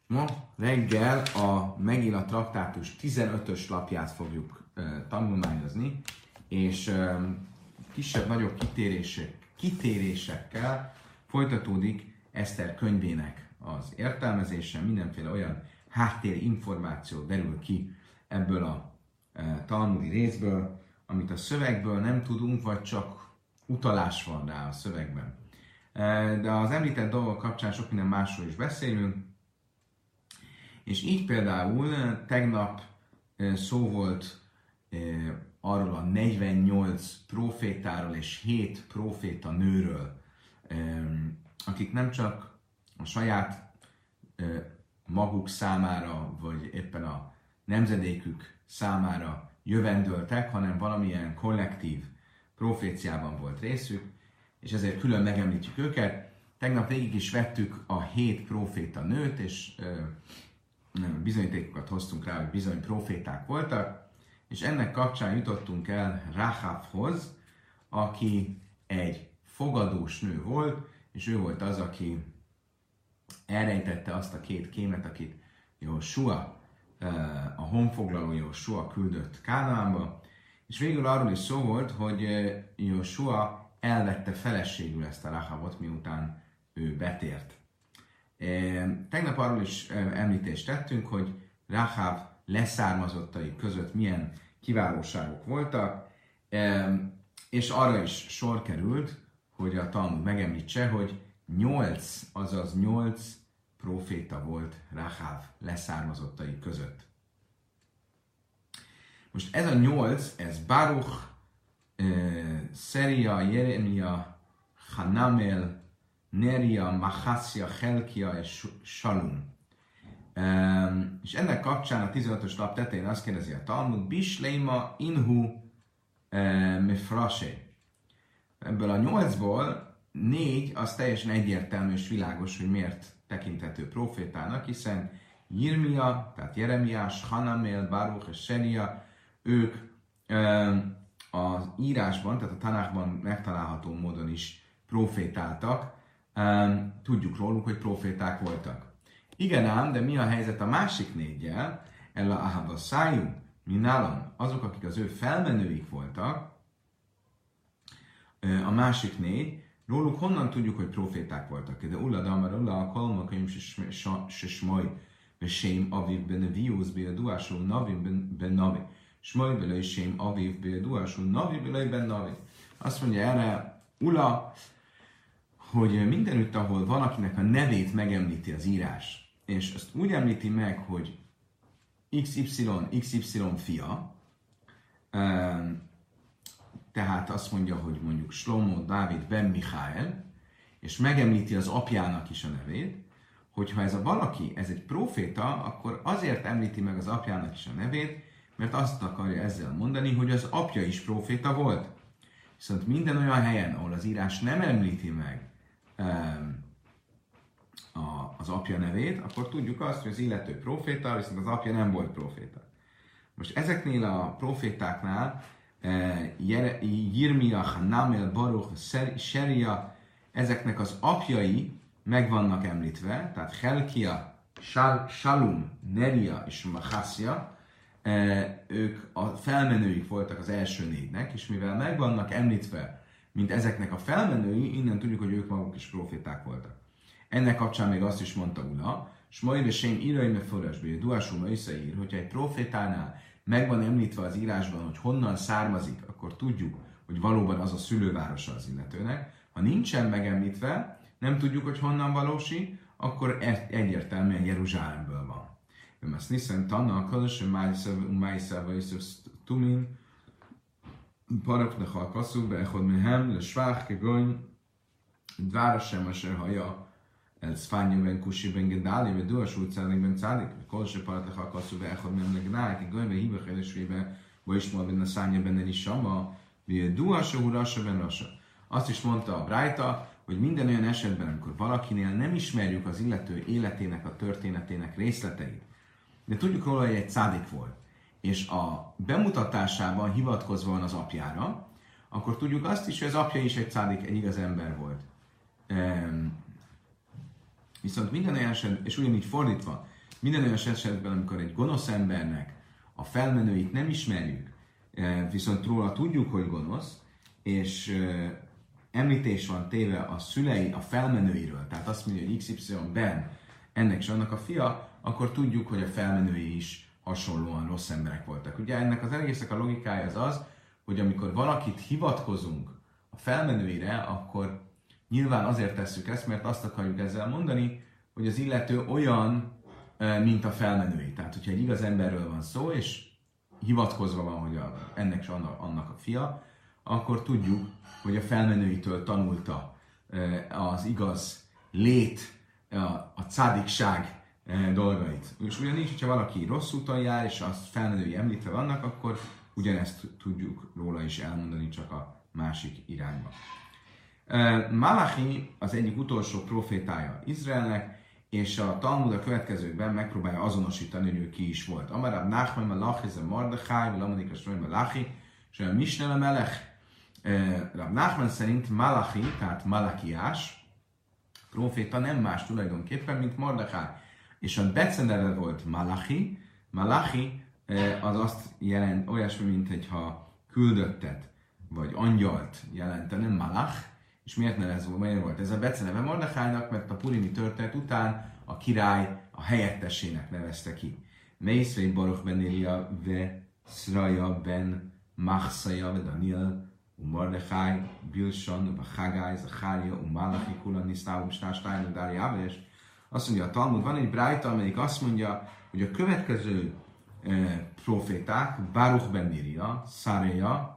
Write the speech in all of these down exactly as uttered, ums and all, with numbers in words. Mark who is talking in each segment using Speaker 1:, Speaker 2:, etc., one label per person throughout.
Speaker 1: Ma reggel a Megilla traktátus tizenötös lapját fogjuk uh, tanulmányozni, és uh, kisebb-nagyobb kitérések, kitérésekkel folytatódik Eszter könyvének az értelmezése, mindenféle olyan háttéri információ derül ki ebből a uh, talmudi részből, amit a szövegből nem tudunk, vagy csak utalás van rá a szövegben. Uh, de az említett dolgok kapcsán sok minden másról is beszélünk, és így például tegnap szó volt arról a negyvennyolc profétáról és hét proféta nőről, akik nem csak a saját maguk számára, vagy éppen a nemzedékük számára jövendöltek, hanem valamilyen kollektív proféciában volt részük, és ezért külön megemlítjük őket. Tegnap végig is vettük a hét proféta nőt, és bizonyítékokat hoztunk rá, hogy bizony proféták voltak, és ennek kapcsán jutottunk el Rahavhoz, aki egy fogadós nő volt, és ő volt az, aki elrejtette azt a két kémet, akit Jósua, a honfoglaló Jósua küldött Kánaánba, és végül arról is szó volt, hogy Jósua elvette feleségül ezt a Rahavot, miután ő betért. Tegnap arról is említést tettünk, hogy Rahav leszármazottai között milyen kiválóságok voltak, és arra is sor került, hogy a Talmud megemlítse, hogy nyolc, azaz nyolc proféta volt Rahav leszármazottai között. Most ez a nyolc, ez Baruch, Szeria, Jeremia, Hanamel, Neria, Machasia, Helkia és Salum. Um, és ennek kapcsán a tizenötös lap tetején azt kérdezi a Talmud, Bisleima inhu uh, mefrase. Ebből a nyolcból négy az teljesen egyértelmű és világos, hogy miért tekinthető profétának, hiszen Jirmia, tehát Jeremiás, Hanamel, Baruch és Seria, ők um, az írásban, tehát a Tanákban megtalálható módon is profétáltak. Um, tudjuk róluk, hogy proféták voltak. Igen ám, de mi a helyzet a másik négyel? Ella ahava szájú, mi nálam, azok, akik az ő felmenőik voltak, a másik négy, róluk honnan tudjuk, hogy proféták voltak? De ulla damar ulla a kolmakönyv se smaj, be sém aviv ben neviusz, be a duású navi ben navi. Smaj bele sém aviv, be a duású navi bele ben navi. Azt mondja erre Ulla, hogy mindenütt, ahol valakinek a nevét megemlíti az írás, és azt úgy említi meg, hogy iksz ipszilon, iksz ipszilon fia, tehát azt mondja, hogy mondjuk Shlomo Dávid ben Michael, és megemlíti az apjának is a nevét, hogyha ez a valaki, ez egy proféta, akkor azért említi meg az apjának is a nevét, mert azt akarja ezzel mondani, hogy az apja is proféta volt. Viszont minden olyan helyen, ahol az írás nem említi meg az apja nevét, akkor tudjuk azt, hogy az illető proféta, viszont az apja nem volt proféta. Most ezeknél a profétáknál Jirmia, Hanamel, Baruch, Seria, ezeknek az apjai meg vannak említve, tehát Helkia, Salum, Neria és Machasia, ők a felmenőik voltak az első négynek, és mivel meg vannak említve, mint ezeknek a felmenői, innen tudjuk, hogy ők maguk is proféták voltak. Ennek kapcsán még azt is mondta Ula, és majd besém íraime forrásbé, duásúma összeír, hogyha egy profétánál meg van említve az írásban, hogy honnan származik, akkor tudjuk, hogy valóban az a szülővárosa az illetőnek. Ha nincsen megemlítve, nem tudjuk, hogy honnan valósi, akkor egyértelműen Jeruzsálemből van. Mert niszem tanna a kadös, májszába és tumin, paraknachal kasszú, beechod mehem, le svách, kegony, dvára sem aser haja, el szfányú ben kusi ben gedáli, ve duas útszállnék ben cádik, kolse paraknachal kasszú, beechod mehem, le gedáli, kegony, ve híve helesvébe, vagy ismol benne szánya benne is sama, ve duas úrasa ben rasa. Azt is mondta a Brájta, hogy minden olyan esetben, amikor valakinél nem ismerjük az illető életének, a történetének részleteit, de tudjuk róla, hogy egy cádik volt, és a bemutatásában hivatkozva van az apjára, akkor tudjuk azt is, hogy az apja is egy cádik, egy igaz ember volt. Viszont minden olyan esetben, és ugyanígy fordítva, Minden olyan esetben, amikor egy gonosz embernek a felmenőit nem ismerjük, viszont róla tudjuk, hogy gonosz, és említés van téve a szülei a felmenőiről, tehát azt mondja, hogy iksz ipszilon ben ennek és annak a fia, akkor tudjuk, hogy a felmenői is hasonlóan rossz emberek voltak. Ugye ennek az egésznek a logikája az az, hogy amikor valakit hivatkozunk a felmenőire, akkor nyilván azért tesszük ezt, mert azt akarjuk ezzel mondani, hogy az illető olyan, mint a felmenői. Tehát, hogyha egy igaz emberről van szó, és hivatkozva van, hogy a, ennek és annak, annak a fia, akkor tudjuk, hogy a felmenőitől tanulta az igaz lét, a, a cádikság dolgait. És ugyanígy, hogyha valaki rossz úton jár, és azt felmenői említve vannak, akkor ugyanezt tudjuk róla is elmondani, csak a másik irányba. Malachi az egyik utolsó profétája Izraelnek, és a Talmud a következőkben megpróbálja azonosítani, hogy ő ki is volt. Amarab Nachman Malachi, ez a Mordechai, vagy Lamonik a Sroim Malachi, és a Mishneh a Melech. Rab Nachman szerint Malachi, tehát Malakiás, proféta nem más tulajdonképpen, mint Mordechai. És a beceneve volt Malachi. Malachi az azt jelent, olyasmi, mint hogyha küldöttet, vagy angyalt jelentene, Malach. És miért, ne ez, miért volt ez a beceneve Mordechainak? Mert a purimi történet után a király a helyettesének nevezte ki. Mészrei Baruch ben Élia ve Szraja ben Machszaja ve Daniel u Mordechai Bilson ve Chagai Zacharia u Malachi Kulan Nisztáum Stástájn Dári Áves. Azt mondja a Talmud, van egy brájta, amelyik azt mondja, hogy a következő eh, proféták, Baruch ben Élia, Szaraja,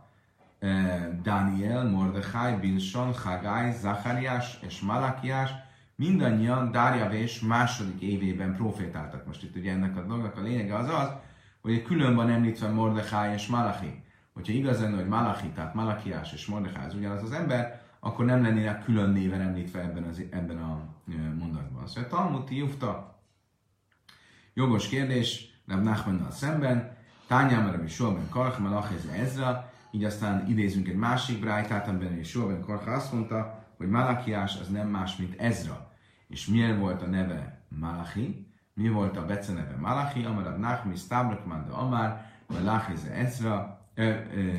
Speaker 1: Daniel, Mordechai, Bilson, Chagai, Zachariás és Malakiás mindannyian Dárjavés második évében profétáltak. Most itt ugye ennek a dolgnak a lényege az az, hogy külön van említve Mordechai és Malachi. Hogyha igaz lenne, hogy Malachi, tehát Malakiás és Mordechai az ugyanaz az ember, akkor nem lennének külön néven említve ebben, az, ebben a mondatban. Szóval Talmud Jufta, jogos kérdés, Rab Nachmannal szemben, Tányám Rabbi Shua Karach, Malachi Ezra, így aztán idézünk egy másik brájtát, amiben is Shua ben Karcha azt mondta, hogy Malakiás az nem más, mint Ezra. És milyen volt a neve Malachi? Mi volt a beceneve Malachi? Amarab Nachmi, Stabrak, de Amar, Malachi ze Ezra. Ö, ö,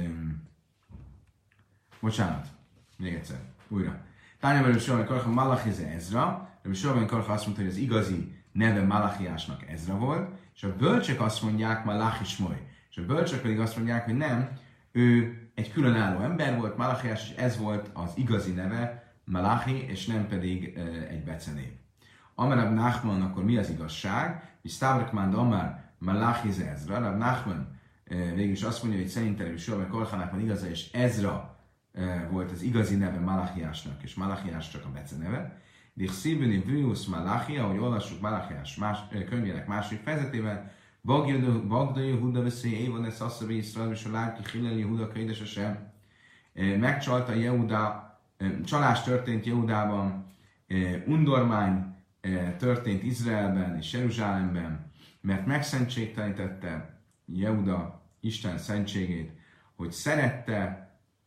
Speaker 1: bocsánat, még egyszer, újra. Tányában Rabbi Shua ben Karcha, Malachi ze Ezra. Rabbi Shua ben Karcha azt mondta, hogy az igazi neve Malachiásnak Ezra volt, és a bölcsek azt mondják Malachi Smoly. És a bölcsek pedig azt mondják, hogy nem, ő egy különálló ember volt, Malachiás, és ez volt az igazi neve, Malachi, és nem pedig e, egy becenév. Amarab Nachman, akkor mi az igazság? És Stavrakman de Amar Malachi ze Ezra. Rab Nachman e, végül is azt mondja, hogy szerintem is Shua ben Karchának van igaza, és Ezra e, volt az igazi neve Malachiásnak, és Malachiás csak a beceneve. Dichszibüni Vius Malachi, ahogy olvassuk Malachiás más, e, könyvének második fejezetében, Bagda Yehuda veszély, Évon ez Asszabi Iszrael, és a Lárki Hillel Yehuda Köydese sem. Megcsalta Yehuda, csalás történt Yehudában, undormány történt Izraelben és Jeruzsálemben, mert megszentségtelenítette Yehuda Isten szentségét, hogy szerette,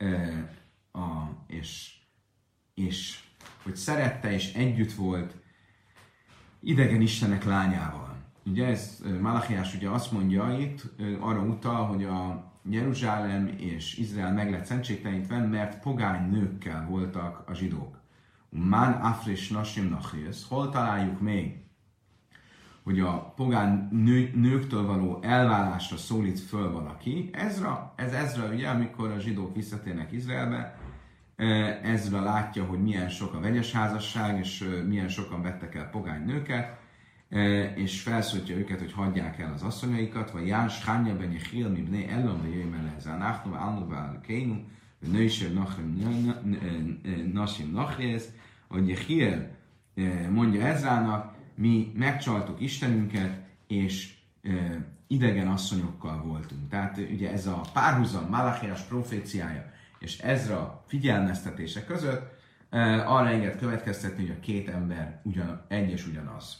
Speaker 1: a, és, és hogy szerette és együtt volt idegen istenek lányával. Ugye ez Malachiás ugye azt mondja itt, arra utal, hogy a Jeruzsálem és Izrael meg lett szentségtelenítve, mert pogány nőkkel voltak a zsidók. Man afris nasim nachrius. Hol találjuk még, hogy a pogány nő, nőktől való elválásra szólít föl valaki? Ezra, ez Ezra ugye, amikor a zsidók visszatérnek Izraelbe, Ezra látja, hogy milyen sok a vegyes házasság, és milyen sokan vettek el pogány nőket, és felszólítja őket, hogy hagyják el az asszonyaikat, vagy Ján Shánja ben Yechiel mi bné ellom, vagy jöjjön el ez a náchnu, állnu, vál kénu, vagy nőisebb nasim nachrész, hogy Yechiel mondja Ezrának, mi megcsaltuk Istenünket, és idegen asszonyokkal voltunk. Tehát ugye ez a párhuzam Malachiás proféciája és Ezra figyelmeztetése között arra enged következtetni, hogy a két ember ugyan, egy és ugyanaz.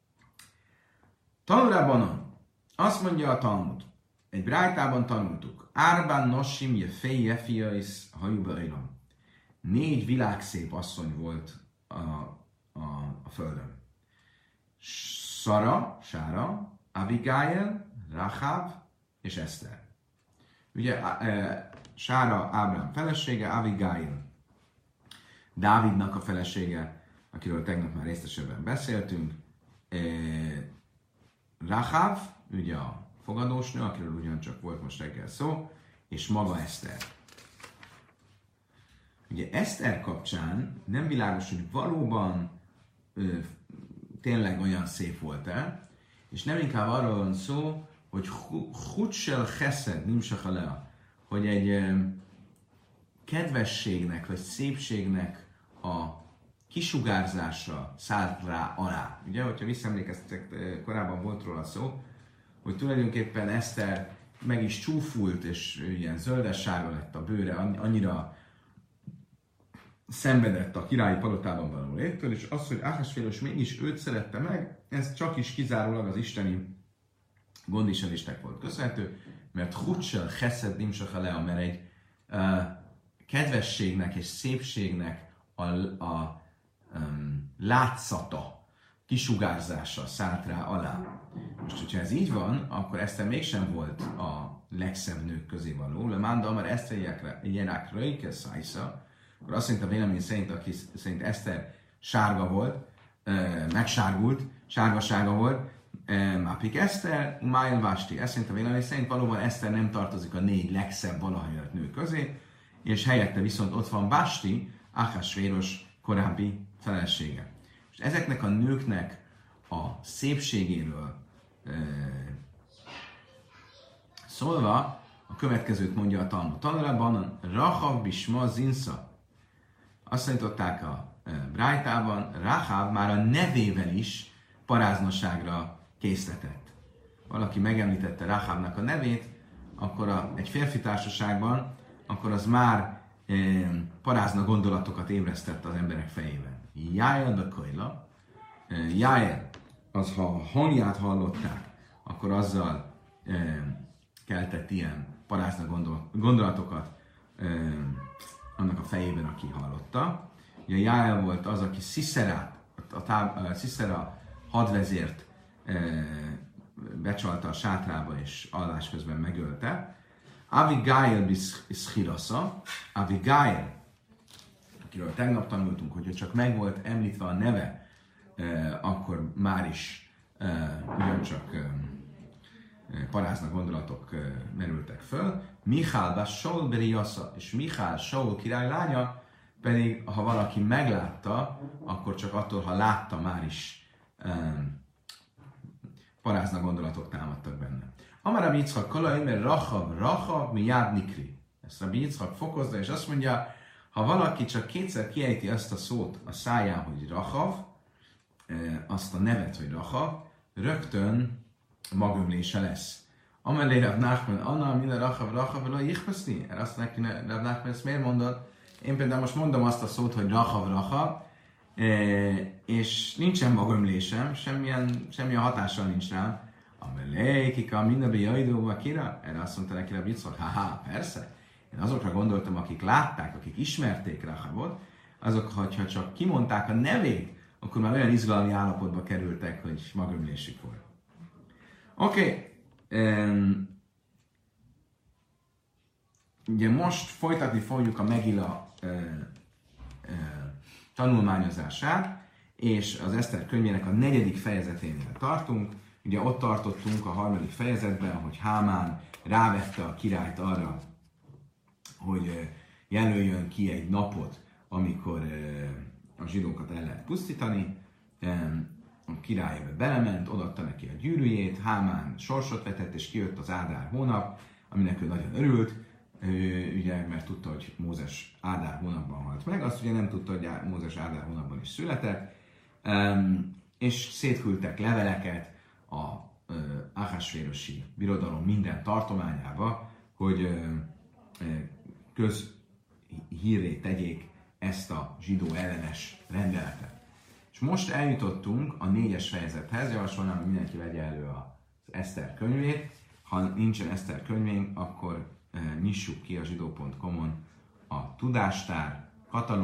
Speaker 1: Tanulában azt mondja a Talmud, egy brájtában tanultuk, Árban nosim je fej je fiais hajuba iram. Négy világszép asszony volt a, a, a földön. Szara, Sára, Abigail, Rachav és Eszter. Ugye Sára Ábrám felesége, Abigail Dávidnak a felesége, akiről tegnap már részletesebben beszéltünk, Rachav, ugye a fogadósnő, akiről ugyancsak volt most reggel szó, és maga Eszter. Ugye Eszter kapcsán nem világos, hogy valóban ö, tényleg olyan szép volt-e, és nem inkább arról van szó, hogy Hutsel Chesed, Nimsach Alea, hogy egy ö, kedvességnek vagy szépségnek a kisugárzása szállt rá alá. Ugye, hogyha visszaemlékeztek, korábban volt róla szó, hogy tulajdonképpen Eszter meg is csúfult, és ilyen zöldes-sárga lett a bőre, annyira szenvedett a királyi palotában való léttől, és az, hogy Ahasvéros mégis őt szerette meg, ez csak is kizárólag az isteni gondviselésnek volt köszönhető, mert Hutsel Chesed Nimsach Alea, mert egy uh, kedvességnek és szépségnek a, a um, látszata, kisugárzása szállt rá alá. Most, hogyha ez így van, akkor Eszter mégsem volt a legszebb nők közé való. Le Manda, mert Eszter Jerák Röjke Szájsza, akkor azt mondta vélemény szerint, aki szerint Eszter sárga volt, megsárgult, sárgasága volt, Mapik Eszter, Májel Vásti. Ezt szerint a vélemény szerint valóban Eszter nem tartozik a négy legszebb valaha jött nő közé, és helyette viszont ott van Vásti, Ahasvéros korábbi felesége. És ezeknek a nőknek a szépségéről e, szólva, a következőt mondja a Talmud. Tanulában Rachav Bisma Zinsza. Azt tanították a e, Brájtában, Rachav már a nevével is paráznosságra késztetett. Valaki megemlítette Rachavnak a nevét, akkor a, egy férfi társaságban, akkor az már e, parázna gondolatokat ébresztett az emberek fejében. Jájel Bekajla, Jájel, az ha a hangját hallották, akkor azzal e, keltett ilyen parázna gondol, gondolatokat e, annak a fejében, aki hallotta. Ugye Jájel volt az, aki Sziszerát, a, táb, a Sziszera hadvezért e, becsalta a sátrába és alvás közben megölte. Abigail Biszchirasza, Abigail, akiről tegnap tanultunk, hogyha csak meg volt említve a neve, eh, akkor már is eh, ugyancsak eh, parázna gondolatok eh, merültek föl. Michál bas Saul beriasza, és Michál Saul király lánya pedig, ha valaki meglátta, akkor csak attól, ha látta, már is eh, parázna gondolatok támadtak benne. Amar Rabbi Yitzchak Kolai, mert Rachav, Rachav, mi Jád Nikri. Ezt Rabbi Yitzchak fokozza, és azt mondja, ha valaki csak kétszer kiejti azt a szót a száján, hogy Rachav, azt a nevet, hogy Rachav, rögtön magömlése lesz. Amelé Rav Nachman, Anna, mille Rachav, Rachav, la Yichpeszti. Erre azt neki, Rav Nachman, ezt miért mondod? Én például most mondom azt a szót, hogy Rachav, Rachav, és nincsen magömlésem, semmilyen, semmilyen hatással nincs rám. Amelé, kika, mindenbe jajdóba kira? Erre azt mondta neki Rabbi Yitzchak, haha, persze. Én azokra gondoltam, akik látták, akik ismerték Rachavot, azok, ha csak kimondták a nevét, akkor már olyan izgalmi állapotba kerültek, hogy magömlésük volt. Oké. Okay. Um, ugye most folytatni fogjuk a Megila uh, uh, tanulmányozását, és az Eszter könyvének a negyedik fejezeténél tartunk. Ugye ott tartottunk a harmadik fejezetben, hogy Hámán rávette a királyt arra, hogy jelöljön ki egy napot, amikor a zsidókat el lehet pusztítani. A király ebbe belement, odaadta neki a gyűrűjét, Hámán sorsot vetett, és kijött az Ádár hónap, aminek ő nagyon örült, ugye, mert tudta, hogy Mózes Ádár hónapban halt meg, azt ugye nem tudta, hogy Mózes Ádár hónapban is született, és szétküldtek leveleket a Ahasvérosi birodalom minden tartományába, hogy közhírré tegyék ezt a zsidó ellenes rendeletet. És most eljutottunk a négyes fejezethez, javasolnám, hogy mindenki vegye elő az Eszter könyvét. Ha nincsen Eszter könyvénk, akkor e, nyissuk ki a zsidó pont com-on a tudástár,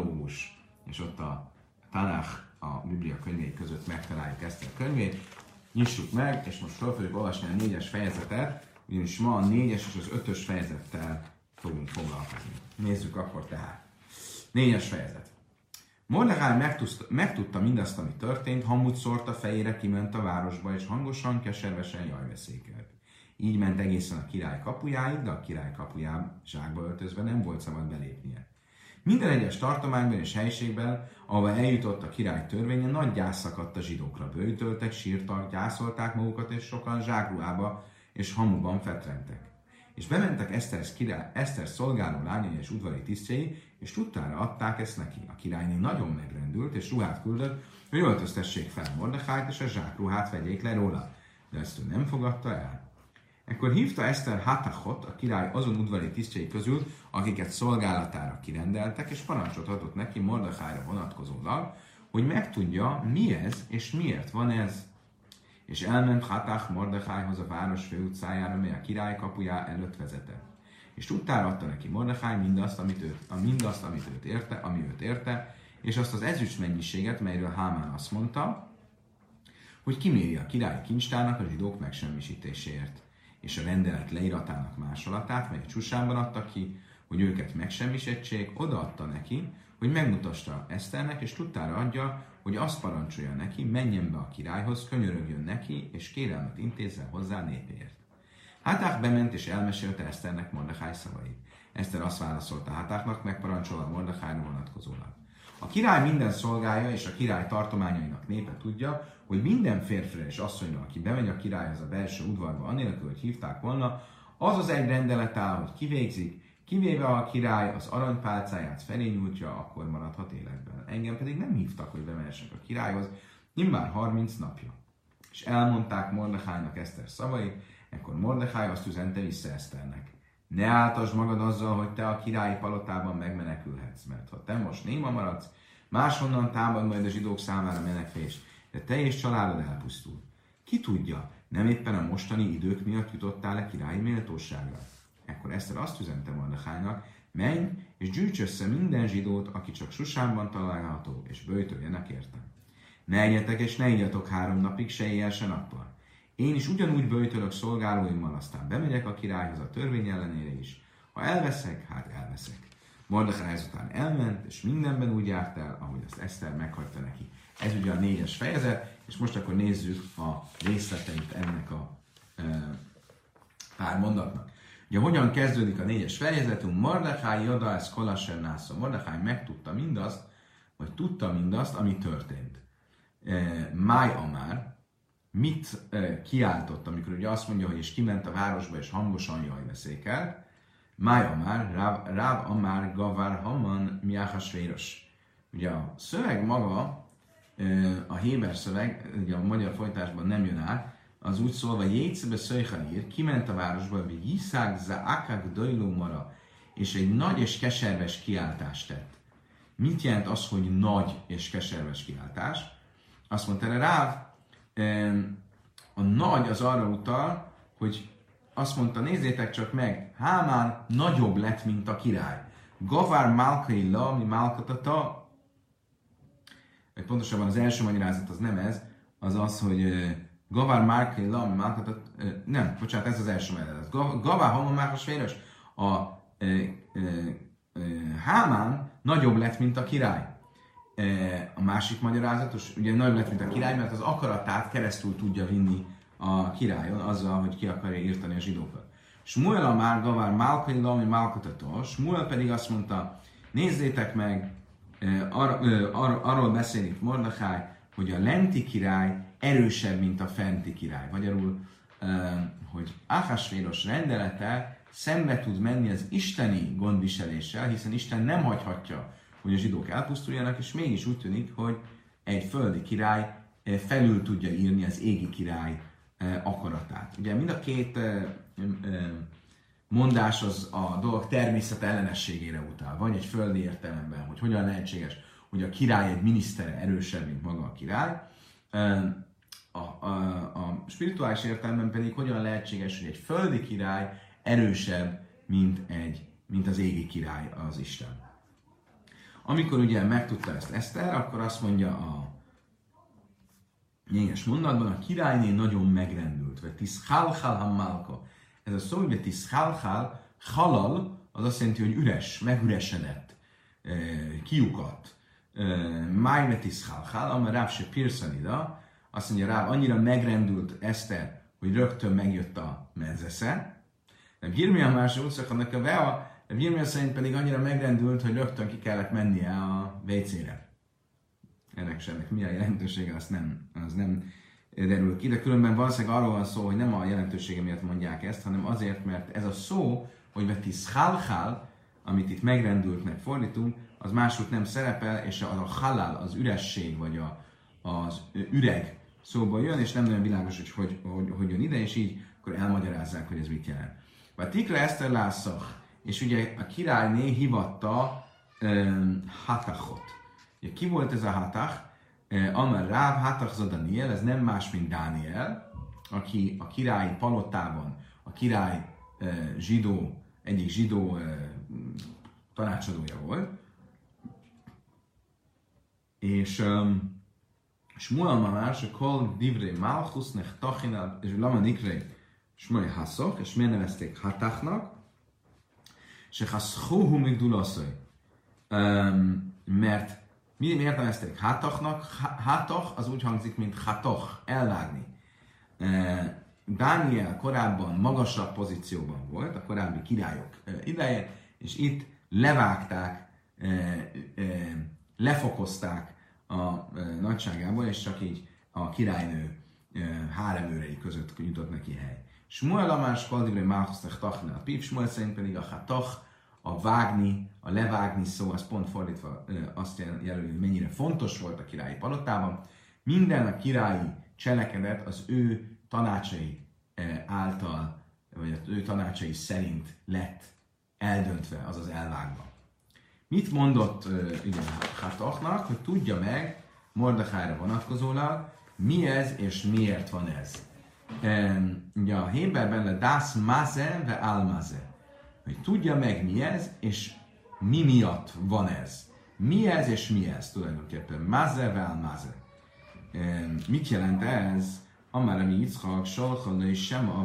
Speaker 1: katalógus, és ott a Tanach, a Biblia könyvei között megtaláljuk Eszter könyvét. nyissuk meg, és most fel fogjuk olvasni a négyes fejezetet, ugyanis ma a négyes és az ötös fejezettel fogunk foglalkozni. Nézzük akkor tehát. Négyes fejezet. Mordechai megtudta mindazt, ami történt, hamut szórt a fejére, kiment a városba, és hangosan, keservesen jajveszékelt. Így ment egészen a király kapujáig, de a király kapuján zsákba öltözve nem volt szabad belépnie. Minden egyes tartományban és helyiségben, ahova eljutott a király törvénye, nagy gyász szakadt a zsidókra. Böjtöltek, sírtak, gyászolták magukat, és sokan zsákruhába és hamuban fetrengtek. És bementek Eszter, király, Eszter szolgáló lányai és udvari tisztjei, és tudtára adták ezt neki. A királyné nagyon megrendült, és ruhát küldött, hogy öltöztessék fel Mordechájt, és a zsákruhát vegyék le róla. De ezt ő nem fogadta el. Ekkor hívta Eszter Hatachot, a király azon udvari tisztjei közül, akiket szolgálatára kirendeltek, és parancsot adott neki Mordechájra vonatkozólag, hogy megtudja, mi ez, és miért van ez. És elment Hatach Mordechájhoz a város főutcájára, mely a király kapujá előtt vezetett. És tudtára adta neki Mordecháj mindazt, amit őt, mindazt, amit őt érte, ami őt érte, és azt az ezüst mennyiséget, melyről Hámán azt mondta, hogy kiméri a király kincstárnak a zsidók megsemmisítéséért. És a rendelet leíratának másolatát, melyet Susánban adta ki, hogy őket megsemmisítsék, odaadta neki, hogy megmutassa Eszternek, és tudtára adja, hogy azt parancsolja neki, menjen be a királyhoz, könyörögjön neki, és kérelmet intézzen hozzá népéért. Hátach bement, és elmesélte Eszternek Mordecháj szavait. Eszter azt válaszolta Hátáchnak, megparancsolva Mordechájra vonatkozólag. A király minden szolgája és a király tartományainak népe tudja, hogy minden férfire és asszonyra, aki bemegy a királyhoz a belső udvarba, anélkül, hogy hívták volna, az az egy rendelet áll, hogy kivégzik, kivéve a király az aranypálcáját felé nyújtja, akkor maradhat életben. Engem pedig nem hívtak, hogy bemehessek a királyhoz, immár harminc napja. És elmondták Mordechájnak Eszter szavait, ekkor Mordecháj azt üzente vissza Eszternek. Ne áltasd magad azzal, hogy te a királyi palotában megmenekülhetsz, mert ha te most néma maradsz, máshonnan támad majd a zsidók számára menekvés, de te és családod elpusztul. Ki tudja, nem éppen a mostani idők miatt jutottál-e királyi méltóságra? Ekkor Eszter azt üzente Mordechájnak, menj és gyűjts össze minden zsidót, aki csak Susánban található, és böjtöljenek értem. Ne egyetek és ne igyatok három napig, se éjjel, se nappal. Én is ugyanúgy böjtölök szolgálóimmal, aztán bemegyek a királyhoz a törvény ellenére is. Ha elveszek, hát elveszek. Mordecháj ezután elment, és mindenben úgy járt el, ahogy azt Eszter meghagyta neki. Ez ugye a négyes fejezet, és most akkor nézzük a részleteit ennek a e, pár mondatnak. Ugye hogyan kezdődik a négyes fejezetünk? Mordecháj joda ez kolasser nászom. Mordecháj megtudta mindazt, vagy tudta mindazt, ami történt. E, Máj Amár mit e, kiáltott, amikor ugye azt mondja, hogy és kiment a városba, és hangosan jajveszékelt. Máj Amár, Ráv, Ráv Amár, Gavár Haman, Miáhasvéros. Ugye a szöveg maga, a héber szöveg, ugye a magyar folytásban nem jön át, az úgy szólva, Jéjcebe Szöjhanír, kiment a városba, hogy Jiszák Zaakák Dajló Mara, és egy nagy és keserves kiáltást tett. Mit jelent az, hogy nagy és keserves kiáltás? Azt mondta erre Ráv, a nagy az arra utal, hogy azt mondta, nézzétek csak meg, Hámán nagyobb lett, mint a király. Gavár Málkai La, mi Málkatata, vagy pontosabban az első magyarázat az nem ez, az az, hogy uh, Gavár Málkai La, mi Málkatata, uh, nem, bocsánat, ez az első magyarázat. Gavár Haman Márkas Véros, a uh, uh, uh, Hámán nagyobb lett, mint a király. Uh, a másik magyarázatos, ugye nagyobb lett, mint a király, mert az akaratát keresztül tudja vinni a királyon azzal, hogy ki akarja írtani a zsidókat. Smuel a már Gavár Málkai Lami Málkatatos, Smuel pedig azt mondta, nézzétek meg, ar, ar, arról beszél itt Mordecháj, hogy a lenti király erősebb, mint a fenti király. Magyarul, hogy Ahasvéros rendelete szembe tud menni az isteni gondviseléssel, hiszen Isten nem hagyhatja, hogy a zsidók elpusztuljanak, és mégis úgy tűnik, hogy egy földi király felül tudja írni az égi király akaratát. Ugye mind a két mondás az a dolog természet ellenességére utal. Vagy egy földi értelemben, hogy hogyan lehetséges, hogy a király egy minisztere erősebb, mint maga a király. A, a, a spirituális értelemben pedig hogyan lehetséges, hogy egy földi király erősebb, mint, egy, mint az égi király, az Isten. Amikor ugye megtudta ezt Eszter, akkor azt mondja a lényes mondatban a királyné nagyon megrendült, vagy tiszhálhál hamálka. Ez a szó, hogy tiszhálhál, halal, az azt jelenti, hogy üres, megüresedett, kiukadt. Májme tiszhálhál, amely Ráv se Pirszanida, azt mondja, Ráv annyira megrendült Eszter, hogy rögtön megjött a menzesze. De Girmia más utcakannak a Vea, de Girmia szerint pedig annyira megrendült, hogy rögtön ki kellett mennie a vécére. Ennek sem, ennek mi a jelentősége, az nem, az nem derül ki, de különben valószínűleg arról van szó, hogy nem a jelentősége miatt mondják ezt, hanem azért, mert ez a szó, hogy vetiszhálhál, amit itt megrendültnek fordítunk, az máshogy nem szerepel, és az a halál, az üresség, vagy a, az üreg szóból jön, és nem nagyon világos, hogy hogy, hogy hogy jön ide, és így akkor elmagyarázzák, hogy ez mit jelent. Vagy Tikra Eszter lászak, és ugye a királyné hivatta um, Hatachot. Ugye, ki volt ez a Hatach? Uh, Amar Ráv Hatach za Daniel, ez nem más, mint Dániel, aki a királyi palotában, a király uh, zsidó, egyik zsidó uh, tanácsadója volt. És um, Shmuel mamar, se kol divrei malchus nechtachin, és lama nikrei Shmuel haszok, és miért nevezték Hatachnak, se haszchóhu migdulaszai. Mert mi, miért nevezték Hatachnak? Hatach az úgy hangzik, mint Hatoch, elvágni. Uh, Dániel korábban magasabb pozícióban volt, a korábbi királyok uh, ideje, és itt levágták, uh, uh, lefokozták a uh, nagyságából, és csak így a királynő uh, háremőrei között jutott neki hely. Shmuel amás kaldivrei máhosztech tachne a pív, Shmuel szerint pedig a hatach, a vágni, a levágni szó, az pont fordítva uh, azt jelöli, hogy mennyire fontos volt a királyi palotában. Minden a királyi cselekedet az ő tanácsai uh, által, vagy az ő tanácsai szerint lett eldöntve, azaz elvágva. Mit mondott uh, ugye Hatachnak, hogy tudja meg Mordechájra vonatkozólag, mi ez és miért van ez. Um, ugye a Héberben le das maze ve al maze, hogy tudja meg mi ez, és mi miatt van ez. Mi ez és mi ez tulajdonképpen. Maze ve al maze. Um, mit jelent ez? Amára mi Yitzchak, Salchana és Sema.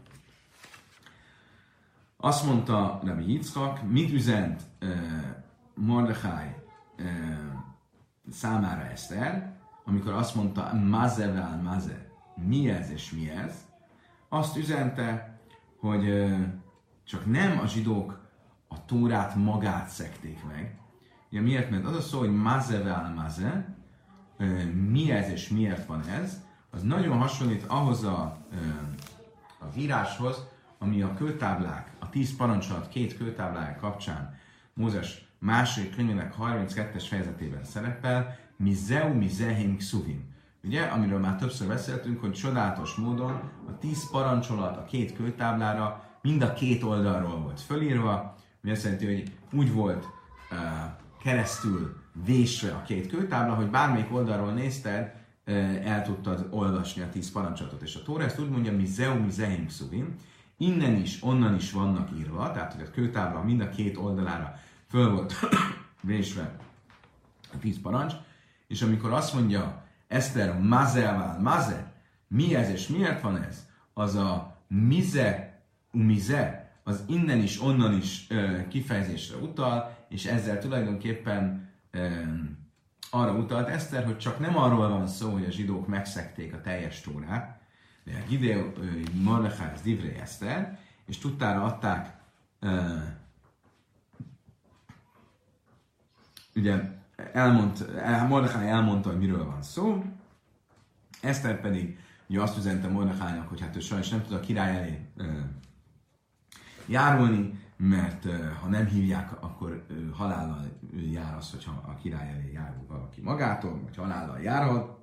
Speaker 1: Azt mondta Rabbi Yitzchak, mit üzent uh, Mordechai uh, számára Eszter, amikor azt mondta maze ve al maze, mi ez és mi ez, azt üzente, hogy uh, csak nem a zsidók a Tórát magát szekték meg. Ja, miért? Mert az a szó, hogy maze ve al maze, uh, mi ez és miért van ez, az nagyon hasonlít ahhoz a, uh, az íráshoz, ami a kőtáblák, a tíz parancsolat két kőtáblája kapcsán Mózes második könyvének harminckettes fejezetében szerepel, Mizeu Mizehim Ksuvim. Ugye, amiről már többször beszéltünk, hogy csodálatos módon a tíz parancsolat a két kőtáblára mind a két oldalról volt fölírva, ami azt jelenti, hogy úgy volt uh, keresztül vésve a két kőtábla, hogy bármelyik oldalról nézted, uh, el tudtad olvasni a tíz parancsolatot. És a Tóra ezt úgy mondja, Mizeu Mizehim Ksuvim, innen is, onnan is vannak írva, tehát hogy a kőtábla mind a két oldalára föl volt vésve a tíz parancs, és amikor azt mondja Eszter mazeval maze, mi ez és miért van ez, az a mize umize, az innen is, onnan is ö, kifejezésre utal, és ezzel tulajdonképpen ö, arra utalt Eszter, hogy csak nem arról van szó, hogy a zsidók megszegték a teljes Tórát, de a Gideo Mordechai az divrei Eszter, és tudtára adták ö, ugye elmond, Mordechai elmondta, hogy miről van szó, Eszter pedig ugye azt üzente Mordechainak, hogy hát ő sajnos nem tud a király elé ö, járulni, mert ö, ha nem hívják, akkor ö, halállal jár az, hogyha a király elé járul valaki magától, vagy halállal járhat.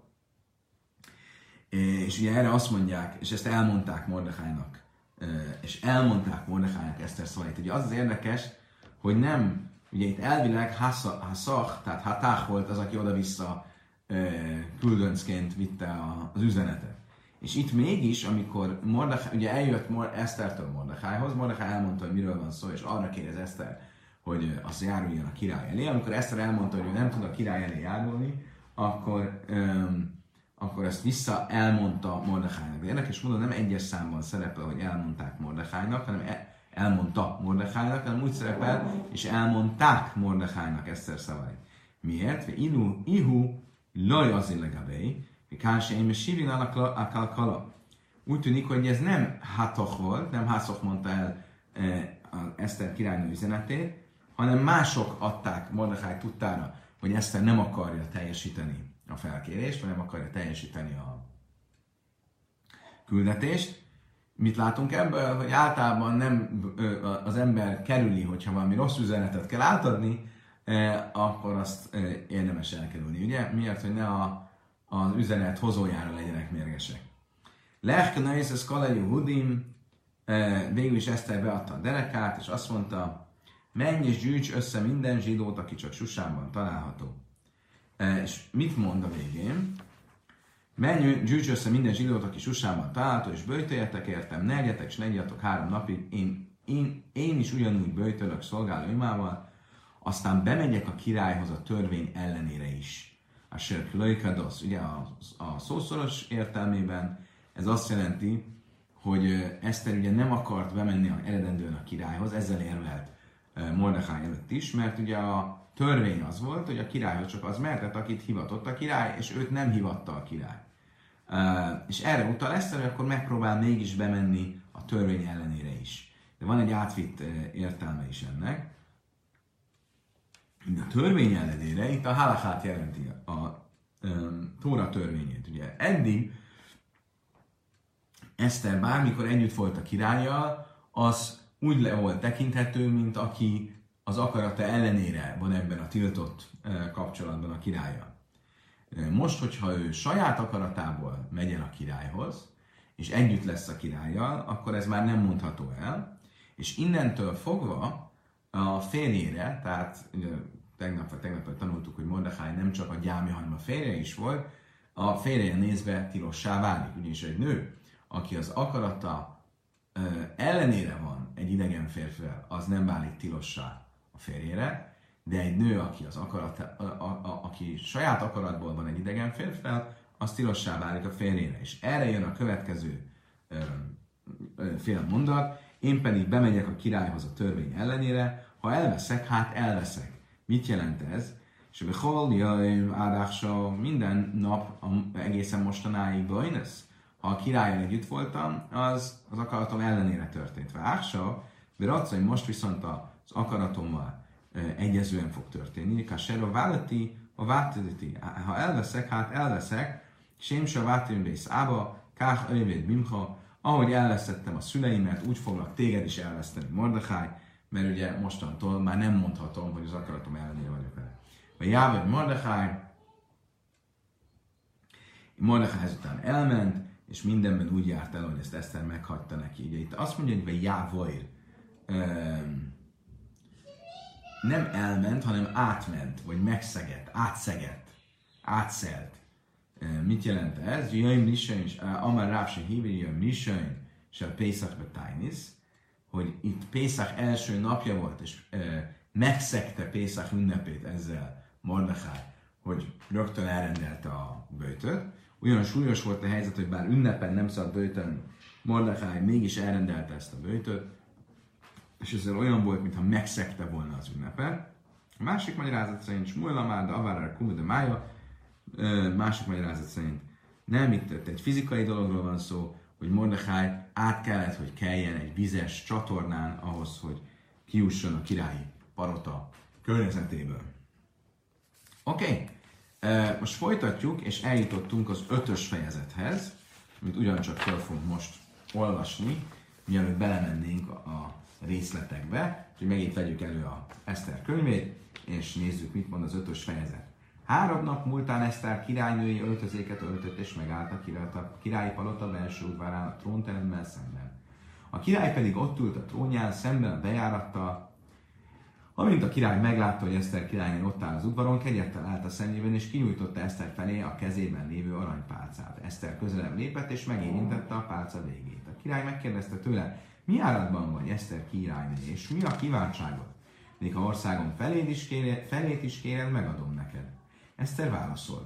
Speaker 1: És ugye erre azt mondják, és ezt elmondták Mordechainak, és elmondták Mordechainak Eszter szavait. Ugye az az érdekes, hogy nem, ugye itt elvileg Haszach, tehát Hatach volt az, aki oda-vissza küldöncként vitte az üzenetet. És itt mégis, amikor Mordechai, ugye eljött Esztertől Mordechaihoz, Mordechai elmondta, hogy miről van szó, és arra kérdez Eszter, hogy az járuljon a király elé. Amikor Eszter elmondta, hogy ő nem tud a király elé járulni, akkor um, akkor ezt vissza elmondta Mordechainak. De érdekes módon nem egyes számban szerepel, hogy elmondták Mordechainak, hanem elmondta Mordechainak, hanem úgy szerepel, és elmondták Mordechainak Eszter szavait. Miért? Ihu, ihu laj azért legabé, kánse én sivin akal kala. Úgy tűnik, hogy ez nem Hatoch volt, nem Hatoch mondta el e, Eszter királynő üzenetét, hanem mások adták Mordechai tudtára, hogy Eszter nem akarja teljesíteni a felkérést, vagy nem akarja teljesíteni a küldetést. Mit látunk ebből? Hogy általában nem az ember kerüli, hogyha valami rossz üzenetet kell átadni, akkor azt érdemes elkerülni. Ugye? Miért, hogy ne a, az üzenet hozójára legyenek mérgesek. Lechkenaisz ez Kalajú Hudim, végül is Eszter beadta a derekát, és azt mondta, menj és gyűjts össze minden zsidót, aki csak Susánban található. És mit mond a végén? Menj, gyűjts össze minden zsidót, aki Susánban található, és böjtöljetek értem, ne egyetek, és ne igyatok három napig, én, én, én is ugyanúgy böjtölök szolgáló imával, aztán bemegyek a királyhoz a törvény ellenére is. A sörklöjkadosz, ugye a, a szószoros értelmében ez azt jelenti, hogy Eszter ugye nem akart bemenni a eredendően a királyhoz, ezzel érvelt Mordechai előtt is, mert ugye a törvény az volt, hogy a királyhoz csak az mehetett, akit hivatott a király, és őt nem hivatta a király. És erre utal Eszter, hogy akkor megpróbál mégis bemenni a törvény ellenére is. De van egy átvitt értelme is ennek. A törvény ellenére itt a halachát jelenti, a, a, a Tóra törvényét. Ugye eddig Eszter bármikor együtt volt a királlyal, az úgy le volt tekinthető, mint aki az akarata ellenére van ebben a tiltott kapcsolatban a királlyal. Most, hogyha ő saját akaratából megy el a királyhoz, és együtt lesz a királlyal, akkor ez már nem mondható el, és innentől fogva a férjére, tehát tegnap vagy tegnap tanultuk, hogy Mordechai nem csak a gyámi, hanem a férje is volt, a férje nézve tilossá válik, ugyanis egy nő, aki az akarata ö, ellenére van egy idegen férfivel, az nem válik tilossá a férjére, de egy nő, aki, az akarata, a, a, a, aki saját akaratból van egy idegen férfivel, az tilossá válik a férjére. És erre jön a következő ö, ö, fél mondat, én pedig bemegyek a királyhoz a törvény ellenére, ha elveszek, hát elveszek. Mit jelent ez? És a Bechol, Jaim, Ádáksa, minden nap egészen mostanáig bajnesz. Ha a királyon együtt voltam, az az akaratom ellenére történt. Vágsa, de ratszai most viszont az akaratommal egyezően fog történni. Kasero válati, a változati. Ha elveszek, hát elveszek. Sémsa vátimbész ába, kách öjvéd bimha. Ahogy elvesztettem a szüleimet, úgy foglak téged is elveszteni, Mordechai, mert ugye mostantól már nem mondhatom, hogy az akaratom ellenére vagyok vele. A Jávé Mordechai, Mordechai ezután elment, és mindenben úgy járt el, hogy ezt Eszter meghagyta neki. Ugye itt azt mondja, hogy Jávoir nem elment, hanem átment, vagy megszegett, átszegett, átszelt. Mit jelent ez? Jöjjön Rishain, Amar Ráv se hívi, jöjjön Rishain, se a Pészach betájnis, hogy itt Pészach első napja volt, és e, megszegte Pészach ünnepét ezzel Mordechai, hogy rögtön elrendelte a böjtöt. Olyan súlyos volt a helyzet, hogy bár ünnepen nem szabad böjtölni, Mordechai mégis elrendelte ezt a böjtöt, és ezzel olyan volt, mintha megszegte volna az ünnepet. A másik magyarázat szerint Shmuel Amár, de Avárár Kumu de Mája, másik magyarázat szerint nem, itt egy fizikai dologról van szó, hogy Mordechai át kellett, hogy keljen egy vizes csatornán ahhoz, hogy kijusson a királyi palota környezetéből. Oké, okay. Most folytatjuk, és eljutottunk az ötös fejezethez, amit ugyancsak fel fogunk most olvasni, mielőtt belemennénk a részletekbe, úgyhogy megint vegyük elő a Eszter könyvét, és nézzük, mit mond az ötös fejezet. Három nap múltán Eszter királynői öltözéket öltött, és megállt a királyi palota belső udvarán a trónteremmel szemben. A király pedig ott ült a trónján, szemben a bejárattal. Amint a király meglátta, hogy Eszter királynő ott áll az udvaron, kegyettel állt a szemében, és kinyújtotta Eszter felé a kezében lévő aranypálcát. Eszter közelebb lépett, és megérintette a pálca végét. A király megkérdezte tőle, mi áradban vagy, Eszter királynő, és mi a kívánságod? Még ha országom felét is kéred, felét is kéred, megadom neked. Eszter válaszolt,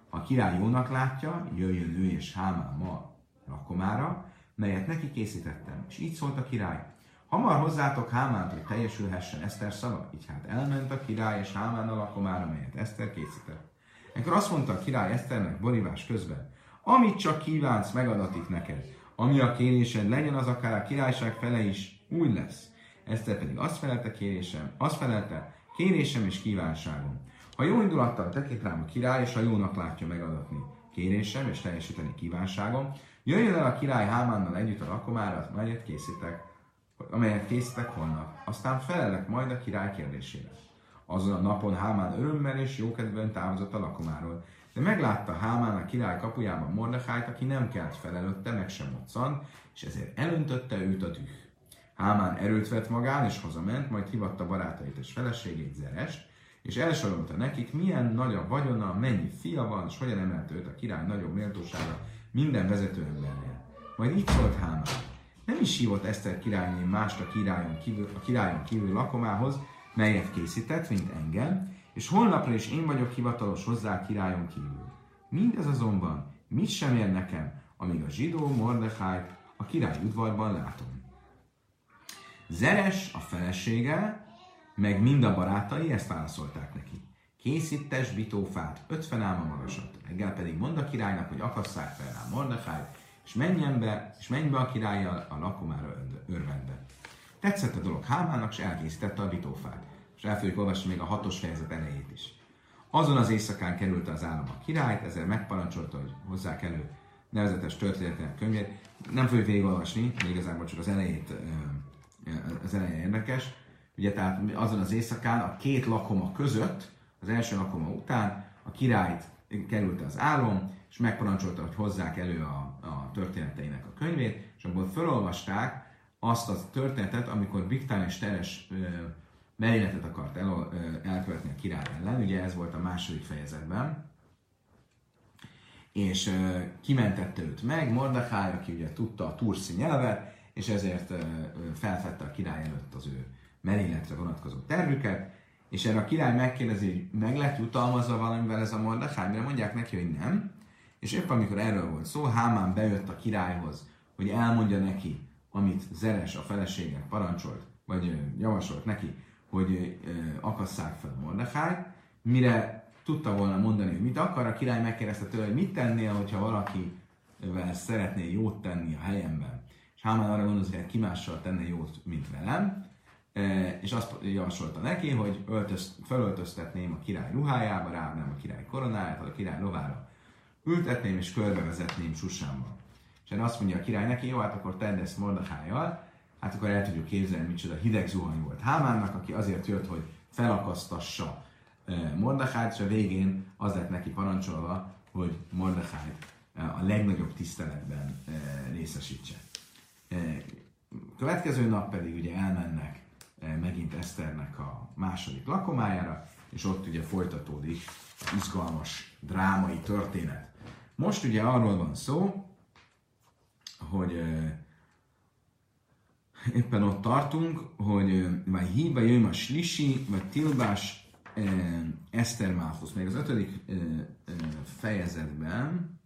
Speaker 1: A király jónak látja, jöjjön ő és Hámán ma lakomára, melyet neki készítettem. És így szólt a király. Hamar hozzátok Hámánt, hogy teljesülhessen Eszter szava. Így hát elment a király és Hámán a lakomára, melyet Eszter készített. Ekkor azt mondta a király Eszternek borívás közben, amit csak kívánsz, megadatik neked. Ami a kérésed legyen, az akár a királyság fele is úgy lesz. Eszter pedig azt felelte kérésem, azt felelte kérésem és kívánságom. Ha jó indulattal tekint rám a király, és ha jónak látja megadatni kérésem és teljesíteni kívánságom, jöjjön el a király Hámánnal együtt a lakomára, amelyet készítek, amelyet készítek holnap. Aztán felelek majd a király kérdésére. Azon a napon Hámán örömmel és jókedvűen távozott a lakomáról. De meglátta Hámán a király kapujában Mordekájt, aki nem kelt fel előtte, meg sem moccant, és ezért elöntötte őt a düh. Hámán erőt vett magán, és hazament, majd hívatta barátait és feleségét, Zerest, és elsorolta nekik, milyen nagy a vagyona, mennyi fia van, és hogyan emelte őt a király nagyobb méltósága minden vezető embernél. Majd így szólt Hámán. Nem is hívott Eszter királyné mást a királyon kívül, a királyon kívül lakomához, melyet készített, mint engem, és holnapra is én vagyok hivatalos hozzá királyon kívül. Mindez azonban mit sem ér nekem, amíg a zsidó Mordekájt a király udvarban látom. Zeres, a felesége, meg mind a barátai ezt válaszolták neki. Készítes bitófát, ötven álma magasat, reggel pedig mondd a királynak, hogy akasszák fel rá Mordekájt, és menjen be, és menj be a királlyal a lakomára örvendve. Tetszett a dolog Hámának, és elkészítette a bitófát. És el fogjuk olvasni még a hatos fejezet elejét is. Azon az éjszakán került az állam a királyt, ezzel megparancsolta, hogy hozzák elő nevezetes történetének könyvét. Nem fogjuk végigolvasni, de igazából csak az elejét, az eleje érdekes. Ugye tehát azon az éjszakán a két lakoma között, az első lakoma után a királyt került az álom, és megparancsolta, hogy hozzák elő a, a történeteinek a könyvét, és abból felolvasták azt a történetet, amikor Bigtán és Teres merényletet akart el, elkövetni a király ellen, ugye ez volt a második fejezetben, és uh, kimentette őt meg, Mordekáj, aki ugye tudta a turszi nyelvet, és ezért uh, felfedte a király előtt az ő merényletre vonatkozó tervüket, és erre a király megkérdezi, hogy meg lett jutalmazva valamivel ez a Mordekáj, mire mondják neki, hogy nem, és épp amikor erről volt szó, Hámán bejött a királyhoz, hogy elmondja neki, amit Zeres a feleségnek parancsolt, vagy uh, javasolt neki, hogy uh, akasszák fel Mordekájt, mire tudta volna mondani, hogy mit akar, a király megkérdezte tőle, hogy mit tennél, hogyha valakivel szeretnél jót tenni a helyemben. És Hámán arra gondolt, hogy ki mással tenne jót, mint velem, uh, és azt javasolta neki, hogy öltöz, felöltöztetném a király ruhájába, ráadnám a király koronáját, a király lovára ültetném, és körbevezetném Susánba. És erre azt mondja a király neki, jó, hát akkor tedd ezt Mordekájjal. Hát akkor el tudjuk képzelni, micsoda hideg zuhany volt Hámánnak, aki azért jött, hogy felakasztassa Mordekájt, és a végén az lett neki parancsolva, hogy Mordekájt a legnagyobb tiszteletben részesítse. Következő nap pedig ugye elmennek megint Eszternek a második lakomájára, és ott ugye folytatódik az izgalmas, drámai történet. Most ugye arról van szó, hogy éppen ott tartunk, hogy vagy híba jöjjön a slisi, vagy tilbás Eszter Malchusz. Még az ötödik fejezetben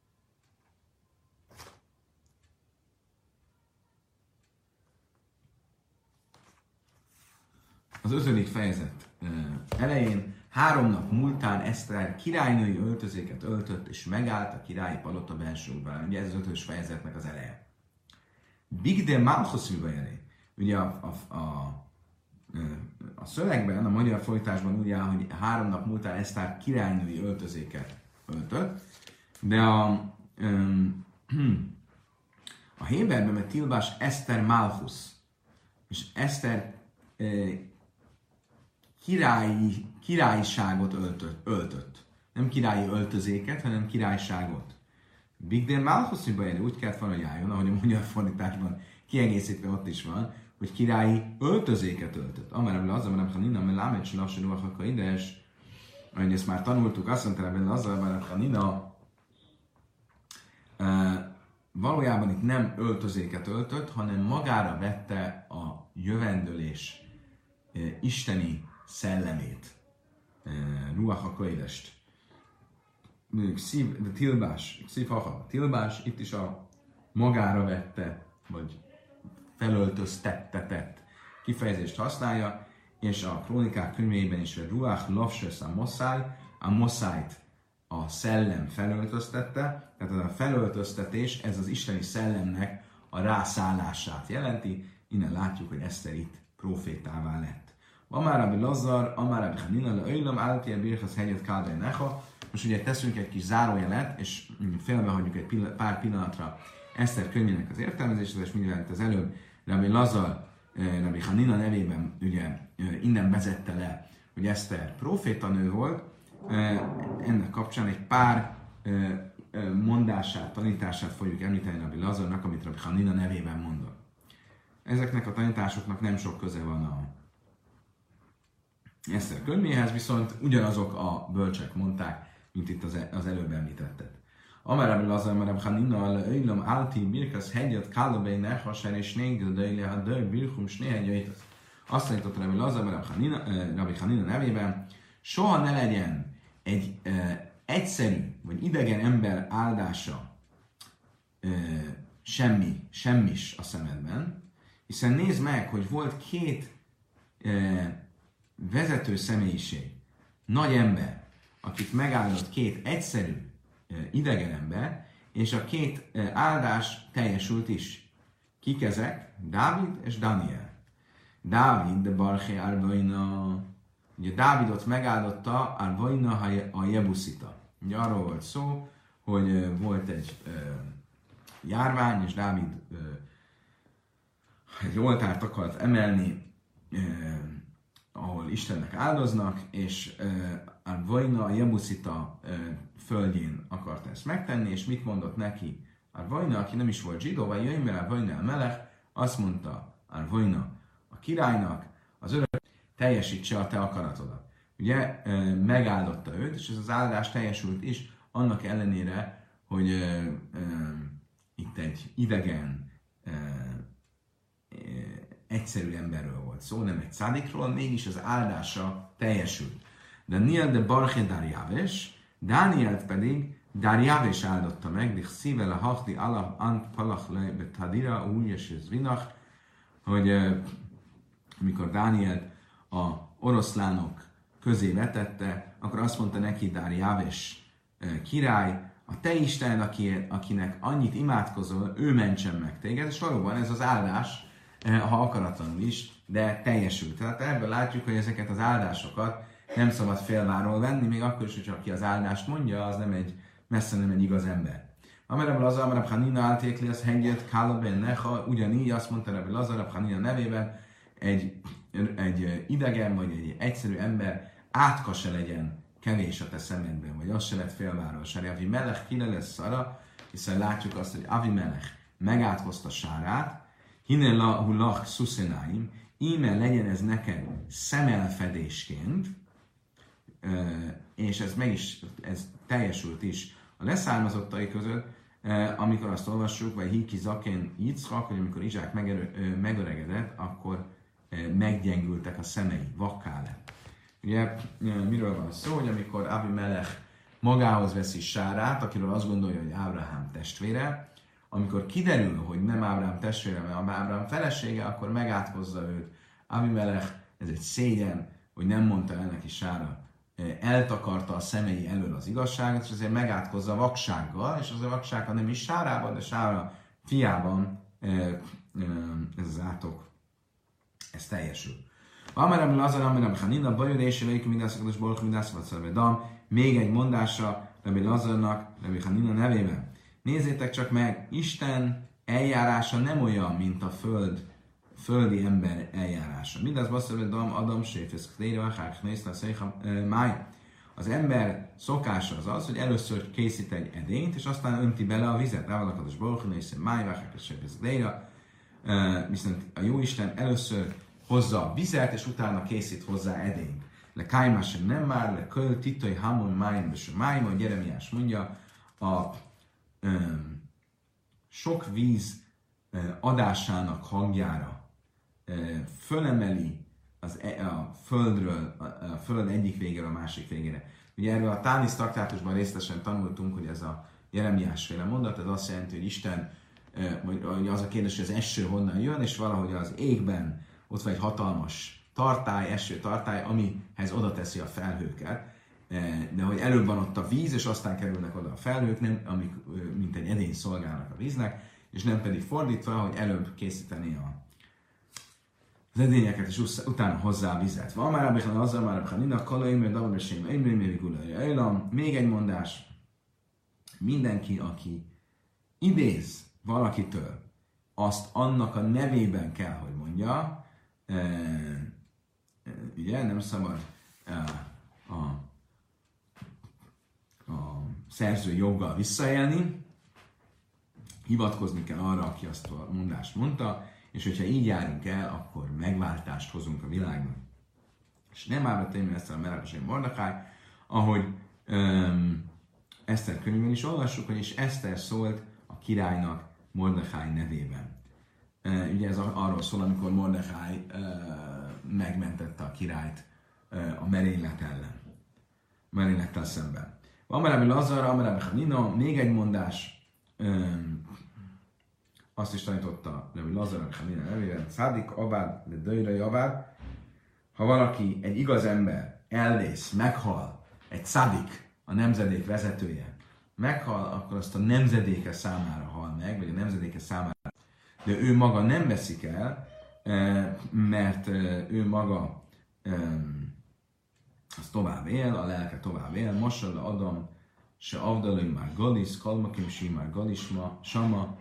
Speaker 1: az ötödik fejezet elején három nap múltán Eszter királynői öltözéket öltött, és megállt a királyi palota belsőben. Ugye ez az ötös fejezetnek az eleje. Bigde Malchusz Vivajelé. Ugye a, a, a, a szövegben, a magyar folytásban úgy áll, hogy három nap múltán Eszter királynői öltözéket öltött, de a, a Héberben, mert tilbás Eszter Malchusz, és Eszter királyi, királyságot öltött, öltött. Nem királyi öltözéket, hanem királyságot. Bigde Malchusz Vivajelé úgy kellett volna, hogy álljon, ahogy a magyar fordításban kiegészítve ott is van, hogy királyi öltözéket öltött. Amerem le azzal, mert ha Nina, mert lámet sem lassan ruhaka ides, ahogy ezt már tanultuk, azt mondta ebben azzal, mert ha Nina e, valójában itt nem öltözéket öltött, hanem magára vette a jövendőlés e, isteni szellemét, e, ruhaka idest. szív, tilbás, szívhaha, tilbás, itt is a magára vette, vagy felöltöztettetett kifejezést használja, és a krónikák könyvében is, hogy ruach lavsös a moszáj, a moszájt a szellem felöltöztette, tehát a felöltöztetés, ez az isteni szellemnek a rászállását jelenti, innen látjuk, hogy Eszter itt profétává lett. Amár Rabbi Lazar, Amár Rabbi Hanina, le öjlöm, állti a birkasz hegyet kálbej neha. Most ugye teszünk egy kis zárójelet, és félbehagyjuk egy pillanat, pár pillanatra Eszter könyvének az értelmezését, és mivel az előbb Rabbi Lazar, Rabbi Hanina nevében ugye innen vezette le, hogy Eszter profétanő volt, ennek kapcsán egy pár mondását, tanítását fogjuk említeni Rabbi Lazarnak, amit Rabbi Hanina nevében mondott. Ezeknek a tanításoknak nem sok köze van a Eszter könyvéhez, viszont ugyanazok a bölcsek mondták, mint itt az, az előbb említettet. Amár Rabbi Lazar, Rabbi Hanina, al öjlöm álti birkasz hegyet kálabej nechasár és négdödöjle a döj birkum snéhegyeit. Azt tanította Rabbi Lazar, Rabbi Hanina, Rabbi Hanina nevében, soha ne legyen egy e, egyszerű vagy idegen ember áldása e, semmi, semmis a szemedben, hiszen nézd meg, hogy volt két e, vezető személyiség, nagy ember, akit megáldott két egyszerű e, idegen ember, és a két e, áldás teljesült is. Kik ezek? Dávid és Daniel. Dávid de Barché Arvaina. Ugye Dávidot megáldotta Arvaina a Jebuszita. Ugye arról volt szó, hogy volt egy e, járvány, és Dávid e, egy oltárt akart emelni, e, ahol Istennek áldoznak, és e, Arvaina a Jebuszita e, földjén akarta ezt megtenni, és mit mondott neki Arvaina, aki nem is volt zsidó, vagy jöjj, mert Arvaina a melech, azt mondta Arvaina a királynak, az örök teljesítse a te akaratodat. Ugye e, megáldotta őt, és ez az áldás teljesült is, annak ellenére, hogy e, e, itt egy idegen, e, e, egyszerű emberről volt szó, nem egy szádikról, mégis az áldása teljesült. Daniel de Barché Darjáves, Dánielt pedig Darjáves áldotta meg, de szível a hachdi alap ant palach le betadira úgyes és vinach, hogy e, amikor Dánielt a oroszlánok közé vetette, akkor azt mondta neki Darjáves e, király, a te Isten, aki, akinek annyit imádkozol, ő mentsen meg téged, és valóban ez az áldás, ha akaratlanul is, de teljesült. Tehát ebből látjuk, hogy ezeket az áldásokat nem szabad félváról venni, még akkor is, hogy aki az áldást mondja, az nem egy, messze nem egy igaz ember. Amerebb Lazar, Amerebb Hanina áltékli, az henget, Kálabén, Neha, ugyanígy azt mondta Rebbe Lazar, Amerebb Hanina nevében, egy, egy idegen, vagy egy egyszerű ember átka se legyen kevés a te szemedben, vagy az se lett félváról. Sári Avimelech kile lesz szara, hiszen látjuk azt, hogy Avimelech megátkozta Sárát, Hine la hulach szuszenáim, íme legyen ez neked szemelfedésként, és ez meg is, ez teljesült is a leszármazottai között, amikor azt olvassuk, vagy Hiki Zakén Yitzchak, hogy amikor Izsák megöregedett, akkor meggyengültek a szemei, vakká lett. Ugye miről van szó, hogy amikor Abimelech magához veszi Sárát, akiről azt gondolja, hogy Ábrahám testvére, amikor kiderül, hogy nem Ábrahám testvére, hanem Ábrahám felesége, akkor megátkozza őt. Abimelech, ez egy szégyen, hogy nem mondta el neki Sára, eltakarta a szemei elől az igazságot, és ezért megátkozza vaksággal, és az a vaksága nem is Sárában, de Sára fiában ez az átok, ez teljesül. Amerem Lazar, Amerem Hanina, Bajodési, Veik, Mindászakodos, Borok, Mindászakodos, Dam, még egy mondása Rabbi Lazarnak, Rabbi Hanina nevében. Nézzétek csak meg, Isten eljárása nem olyan, mint a föld, földi ember eljárása. Mindaz basszor, Dam, Adam, Séfesz, Kléra, Hák, Nészta, Széha, Máj. Az ember szokása az az, hogy először készít egy edényt, és aztán önti bele a vizet. Rávalakados Borok, Nészta, Máj, Hák, Séfesz, Kléra. Viszont a Jóisten először hozza a vizet, és utána készít hozzá edényt. Le kájmásen nem már, le köl, titoj, hamon, májm, beső májm, ahogy Jeremiás mondja, a um, sok víz uh, adásának hangjára uh, fölemeli az, e, a földről, a, a föld egyik végére a másik végére. Ugye erről a Tánisz traktátusban részletesen tanultunk, hogy ez a Jeremiás féle mondat, ez azt jelenti, hogy Isten, vagy az a kérdés, hogy az eső honnan jön, és valahogy az égben ott van egy hatalmas tartály, eső tartály, amihez oda teszi a felhőket, de hogy előbb van ott a víz, és aztán kerülnek oda a felhők, nem, amik mint egy edény szolgálnak a víznek, és nem pedig fordítva, hogy előbb készíteni a az edényeket, és utána hozzá a vizet. Van már abban azzal már abban ninnak kalai, mert abban sem egy méri gulai. Még egy mondás. Mindenki, aki idéz valakitől, azt annak a nevében kell, hogy mondja. E, e, ugye, nem szabad e, a, a szerző joggal visszaélni. Hivatkozni kell arra, aki azt a mondást mondta, és hogyha így járunk el, akkor megváltást hozunk a világban. És nem állítani ezt a Merakosai Mordekály, ahogy um, Eszter könyvben is olvassuk, hogy és Eszter szólt a királynak Mordekály nevében. Uh, ugye ez arról szól, amikor Mordekály uh, megmentette a királyt uh, a merénylet ellen. Merénylettel szemben. Amarábi Lazar, Amarábi Hanina, még egy mondás, um, azt is tanította Rabbi Lazar a Hanina nevében, Szádik Abád, de Döjrai Abád, ha valaki, egy igaz ember elvész, meghal, egy szádik, a nemzedék vezetője, meghal, akkor azt a nemzedéke számára hal meg, vagy a nemzedéke számára, de ő maga nem veszik el, mert ő maga az tovább él, a lelke tovább él, Mosalla Adam, se Avdalai már Galisz, Kalmakim si már Galisma, Sama,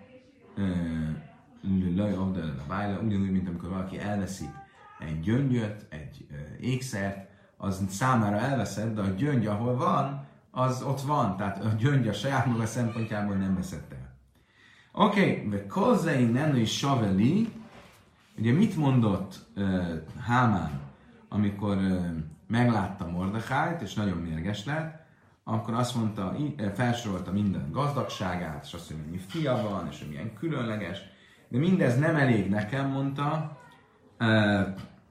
Speaker 1: Laj Avdalai a Bájla, ugyanúgy, mint amikor valaki elveszik egy gyöngyöt, egy ékszert, az számára elveszett, de a gyöngy, ahol van, az ott van, tehát a gyöngy a saját maga szempontjából nem veszett el. Oké, okay, de Kozei Nenői Saveli, ugye mit mondott uh, Hámán, amikor uh, meglátta Mordekájt, és nagyon mérges lett, akkor azt mondta, felsorolta minden gazdagságát, és azt, hogy mennyi fia van, és hogy milyen különleges, de mindez nem elég nekem, mondta. Uh,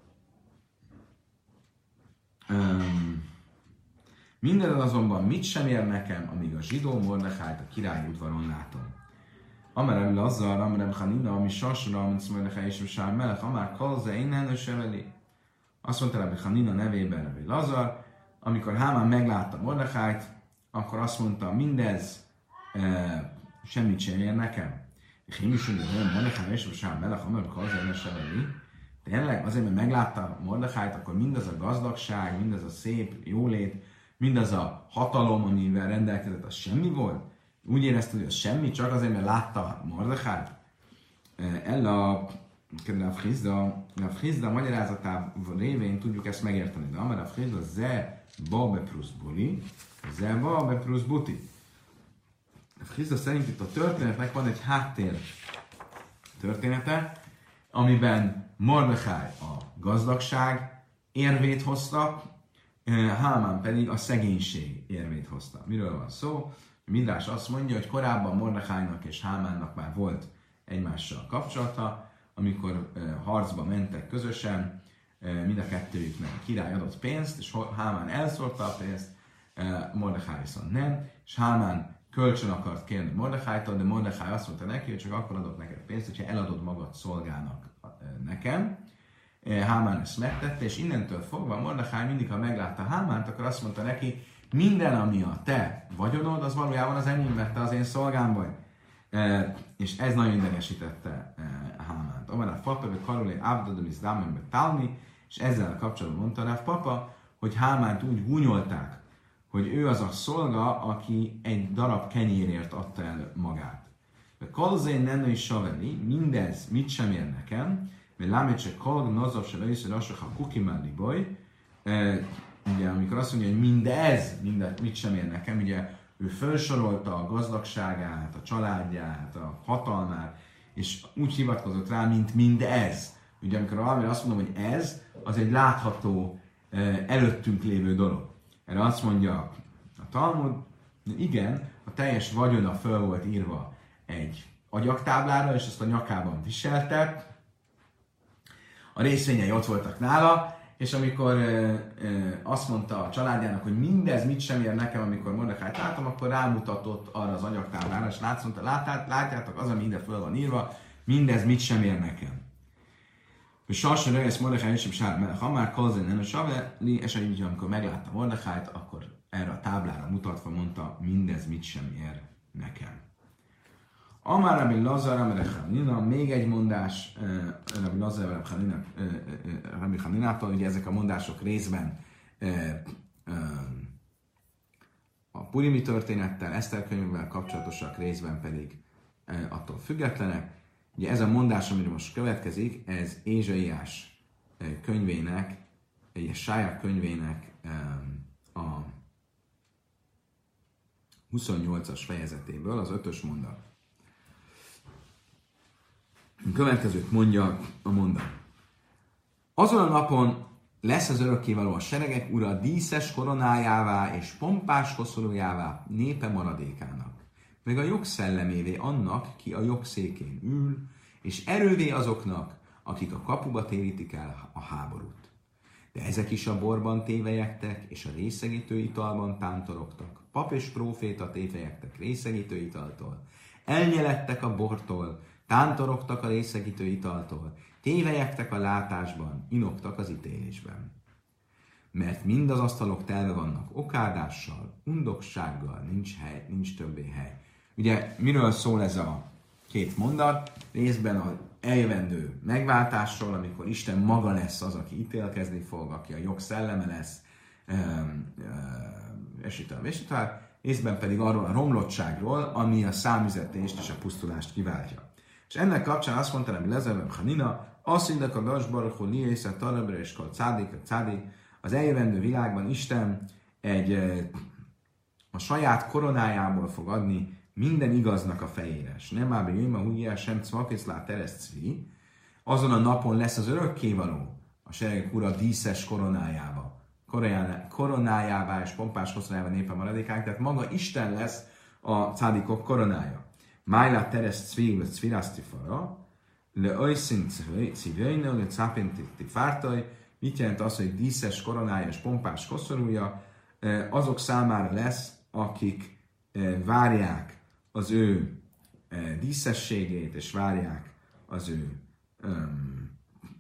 Speaker 1: um, mindez azonban mit sem ér nekem, amíg a zsidó Mordekájt a király udvaron látom. Amerem Lazar, Amerem Hanina, ami Sasra, amit Mordekáj és Sár Melech, Amár Kalze, innen Seveli. Azt mondta Rabbi Hanina nevében Rabbi Lazar, amikor Hámán meglátta Mordekájt, akkor azt mondta, mindez e, semmit sem ér nekem. És én is mondom, hogy Mordekáj és Sár Melech, Amár Kalze, innen Seveli. Tényleg, azért, mert meglátta Mordekájt, akkor mindaz a gazdagság, mindaz a szép jólét, mindaz a hatalom, amivel rendelkezett, az semmi volt. Úgy érezte, hogy az semmi, csak azért, mert látta Mordekájt. Ella, Rav Hizda, Rav Hizda magyarázatában révén tudjuk ezt megérteni. De amár Rav Hizda, ze ba beprusz buli, ze ba beprusz buti. Rav Hizda szerint itt a történetnek van egy háttér története, amiben Mordekáj a gazdagság érvét hozta, Hámán pedig a szegénység érvét hozta. Miről van szó? Mindrás azt mondja, hogy korábban Mordekájnak és Hámánnak már volt egymással kapcsolata, amikor uh, harcba mentek közösen, uh, mind a kettőjüknek a király adott pénzt, és Hámán elszórta a pénzt, uh, Mordekáj viszont nem, és Hámán kölcsön akart kérni Mordekájtól, de Mordekáj azt mondta neki, hogy csak akkor adok neked pénzt, hogyha eladod magad szolgának uh, nekem. Uh, Hámán ezt megtette, és innentől fogva Mordekáj mindig, ha meglátta Hámánt, akkor azt mondta neki, minden, ami a te vagyonod, az valójában az enyém, mert te az én szolgám vagy. E, és ez nagyon idegesítette e, Hámánt. Amará papa, vagy karolé, ábdadom, is dámon, tálni, és ezzel kapcsolatban mondta rá papa, hogy Hámánt úgy gúnyolták, hogy ő az a szolga, aki egy darab kenyérért adta el magát. Kalzén nenői saveli, mindez mit sem ér nekem, mert lámítse kalg, nazov se lőször, asok a kukimelli baj, ugye, amikor azt mondja, hogy mindez, mindez mit sem ér nekem, ugye ő felsorolta a gazdagságát, a családját, a hatalmát, és úgy hivatkozott rá, mint mindez. Ugye amikor valamire azt mondom, hogy ez, az egy látható, előttünk lévő dolog. Erre azt mondja a Talmud, igen, a teljes vagyona föl volt írva egy agyagtáblára, és azt a nyakában viselte, a részvényei ott voltak nála, és amikor ö, ö, azt mondta a családjának, hogy mindez mit sem ér nekem, amikor Mordechájt látom, akkor rámutatott arra az anyagtáblára, és látszonta, látjátok, az, ami ide föl van írva, mindez mit sem ér nekem. És Sarsan Rögesz Mordecháj és Sár, ha már Kalzen nem Save, és így, amikor meglátta Mordechájt, akkor erre a táblára mutatva mondta, mindez mit sem ér nekem. Amár Rabbi Lazar, Rabbi Hanina, még egy mondás Rabbi Lazar, Rabbi Hanina, Rabbi Haninától, ugye ezek a mondások részben a Purimi történettel, Eszter könyvével kapcsolatosak, részben pedig attól függetlenek. Ugye ez a mondás, amiről most következik, ez Ézsaiás könyvének, egy Sáják könyvének a huszonnyolcas fejezetéből, az ötös mondat. A következőt mondja a mondat. Azon a napon lesz az örökkévaló a seregek ura díszes koronájává és pompás koszorújává népe maradékának, meg a jogszellemévé annak, ki a jogszékén ül, és erővé azoknak, akik a kapuba térítik el a háborút. De ezek is a borban tévelyektek, és a részegítő italban tántorogtak. Pap és próféta tévelyektek részegítő italtól. Elnyelettek a bortól, tántorogtak a részegítő italtól. Tévelyektek a látásban, inoktak az ítélésben. Mert mind az asztalok telve vannak okárdással, undoksággal, nincs hely, nincs többé hely. Ugye miről szól ez a két mondat? Részben az eljövendő megváltásról, amikor Isten maga lesz az, aki ítélkezni fog, aki a jog szelleme lesz, és itt és itt részben pedig arról a romlottságról, ami a számüzetést és a pusztulást kiváltja. És ennek kapcsán azt mondta, hogy Lezervem Hanina, azt mondják a Dasbarach, hogy Liészet, Tarabre és Kal Cádik, Cádik, az eljövendő világban Isten egy a saját koronájából fog adni minden igaznak a fejére. És nem ábri jöjjön, a húgyjel sem cvakészlá tereszt cvi, azon a napon lesz az örökkévaló a seregek ura díszes koronájába. Koronájává és pompás koszorújává népe maradékánk, tehát maga Isten lesz a cádikok koronája. Májlá tereszt cvi, vagy cvirasztifara, le oiszin civőjnő, le cápinti fártaj. Mit jelent az, hogy díszes koronája és pompás koszorúja? Azok számára lesz, akik várják az ő díszességét, és várják az ő um,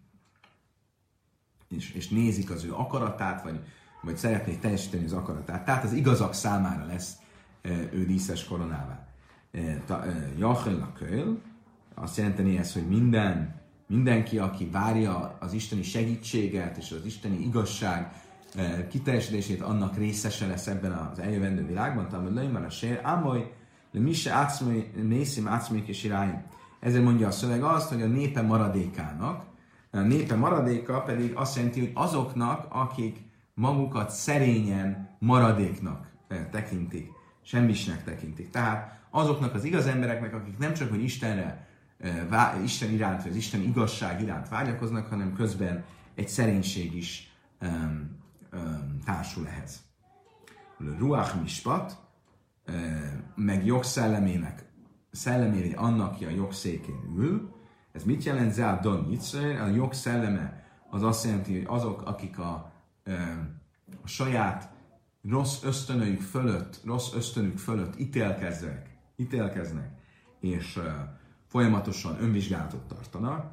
Speaker 1: és, és nézik az ő akaratát, vagy, vagy szeretnék teljesíteni az akaratát. Tehát az igazak számára lesz ő díszes koronává. Jachel a köl, azt jelenteni ez, hogy minden, mindenki, aki várja az isteni segítséget és az isteni igazság kiteljesedését, annak részese lesz ebben az eljövendő világban, talán lőjön a sér, ámoly, le mi se átszmai, mészim átszmai és irány. Ezért mondja a szöveg azt, hogy a népe maradékának, a népe maradéka pedig azt jelenti, hogy azoknak, akik magukat szerényen maradéknak tekintik, semmisnek tekintik. Tehát azoknak az igaz embereknek, akik nem csak, hogy Istenre, Isten iránt, vagy az Isten igazság iránt vágyakoznak, hanem közben egy szerénység is um, um, társul ehhez. Ruach Mispat, meg jogszellemének, szellemére annak, aki a jogszékén ül. Ez mit jelent? Zá Don Yitzre, a jogszelleme az azt jelenti, hogy azok, akik a, a saját rossz ösztönőjük fölött, rossz ösztönük fölött ítélkeznek, ítélkeznek és uh, folyamatosan önvizsgálatot tartanak.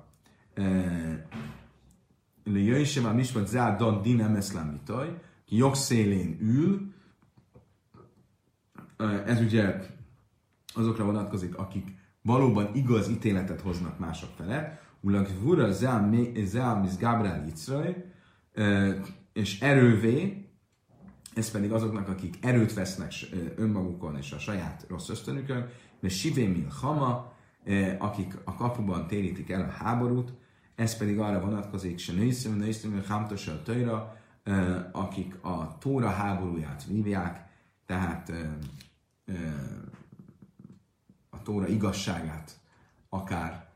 Speaker 1: Jöjjön, mispat Zá Don Dinem Eszlámitaj, ki jogszélén ül. Ez ugye azokra vonatkozik, akik valóban igaz ítéletet hoznak mások felett. Ulag vura zeámiz Gabriel Yitzraj, és erővé, ez pedig azoknak, akik erőt vesznek önmagukon és a saját rossz ösztönükön, de sivé milchama, akik a kapuban térítik el a háborút, ez pedig arra vonatkozik, se nőszem, nőszem, hámtosa tőra, akik a Tóra háborúját vívják, tehát a Tóra igazságát akár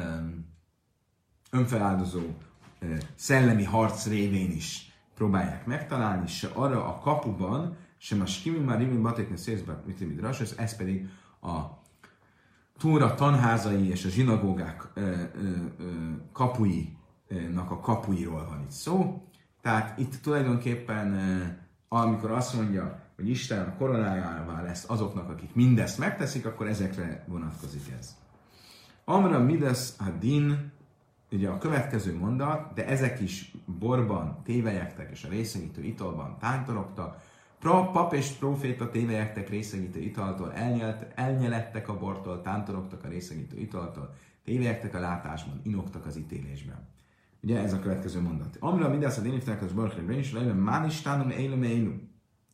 Speaker 1: önfeláldozó szellemi harc révén is próbálják megtalálni, se arra a kapuban, sem a skimi már rivin batékne szészbe, mit mit rassos, ez pedig a Tóra tanházai és a zsinagógák kapuinak a kapuiról van itt szó. Tehát itt tulajdonképpen, amikor azt mondja, hogy Isten a koronájává lesz azoknak, akik mindezt megteszik, akkor ezekre vonatkozik ez. Amra midas hadin, ugye a következő mondat, de ezek is borban tévelyektek, és a részegítő italban tánytorogtak. Pra, pap és próféta tévelyektek részegítő italtól, elnyelt, elnyelettek a bortól, tántorogtak a részegítő italtól, tévelyektek a látásban, inoktak az ítélésben. Ugye ez a következő mondat. Amra midas hadin ifták az barkre és lejlen mánistánum élem élum.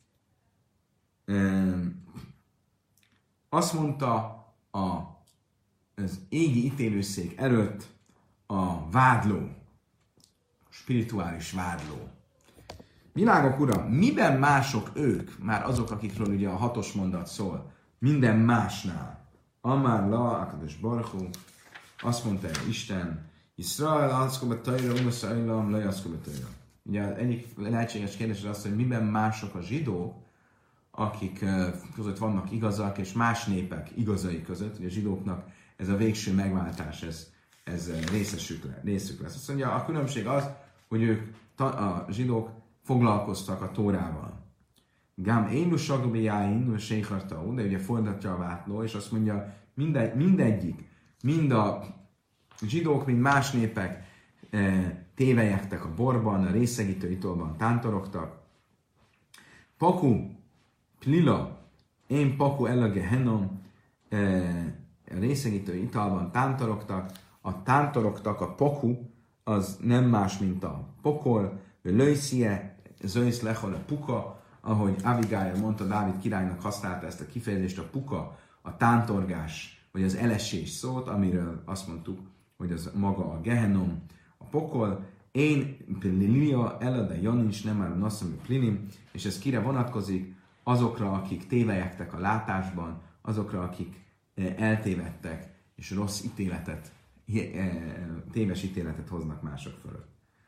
Speaker 1: Azt mondta a, az égi ítélőszék előtt a vádló, a spirituális vádló. Világok ura, miben mások ők, már azok, akikről ugye a hatos mondat szól, minden másnál. Amár la, akados barchu, azt mondta el Isten, Iszrael, anszkoba tajra, unosza illam, lajaszkoba tajra. Ugye egyik lehetséges kérdés az az, hogy miben mások a zsidók, akik között vannak igazak, és más népek igazai között, hogy a zsidóknak ez a végső megváltás, ez, ez részesük, részük lesz. Azt mondja, a különbség az, hogy ők, a zsidók foglalkoztak a Tórával. Gám énu sagbiáin, séhartaú, de ugye fordítja a vátló, és azt mondja, mindegy, mindegyik, mind a zsidók, mind más népek tévelyektek a borban, a részegítő italban tántorogtak. Paku, plila, én paku el a gehenom, a részegítő italban tántorogtak. A tántorogtak, a paku, az nem más, mint a pokol, lőszie, zöjsz lechol a puka, ahogy Abigail mondta, Dávid királynak használta ezt a kifejezést, a puka, a tántorgás, vagy az elesés szót, amiről azt mondtuk, hogy az maga a gehenom, a pokol, én plilia elade janincs, nem már a nasszami plinim, és ez kire vonatkozik? Azokra, akik tévelyektek a látásban, azokra, akik eltévedtek, és rossz ítéletet, téves ítéletet hoznak mások fölött.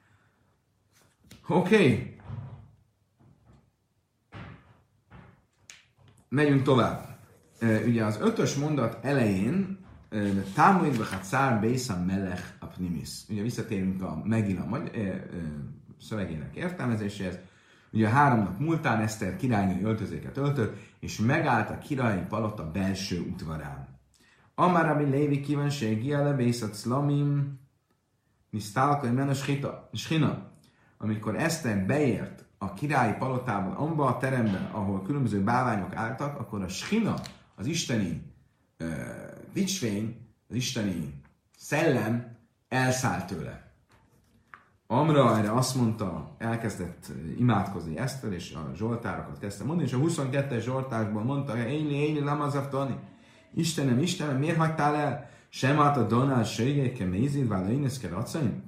Speaker 1: Oké. Okay. Megyünk tovább. Ugye az ötös mondat elején támoid vachat szár bészam melech apnimis. Ugye visszatérünk a Megila szövegének értelmezéséhez. Ugye a három nap múltán Eszter királynői öltözéket öltött, és megállt a királyi palota belső udvarán. Amár ami Lévi kívánségi ele bészat szlamim nisztálka imen a schina. Amikor Eszter beért a királyi palotában, amba a teremben, ahol különböző bálványok álltak, akkor a schina, az isteni uh, dicsvény, az isteni szellem elszállt tőle. Amra erre azt mondta, elkezdett imádkozni Eszter, és a zsoltárokat kezdte mondani, és a huszonkettes zsoltárban mondta, hogy Éli, Éli, lamazaftani. Istenem, Istenem, miért hagytál el? Sem át a donál sőjéke, mézid, vála ineszke racaim?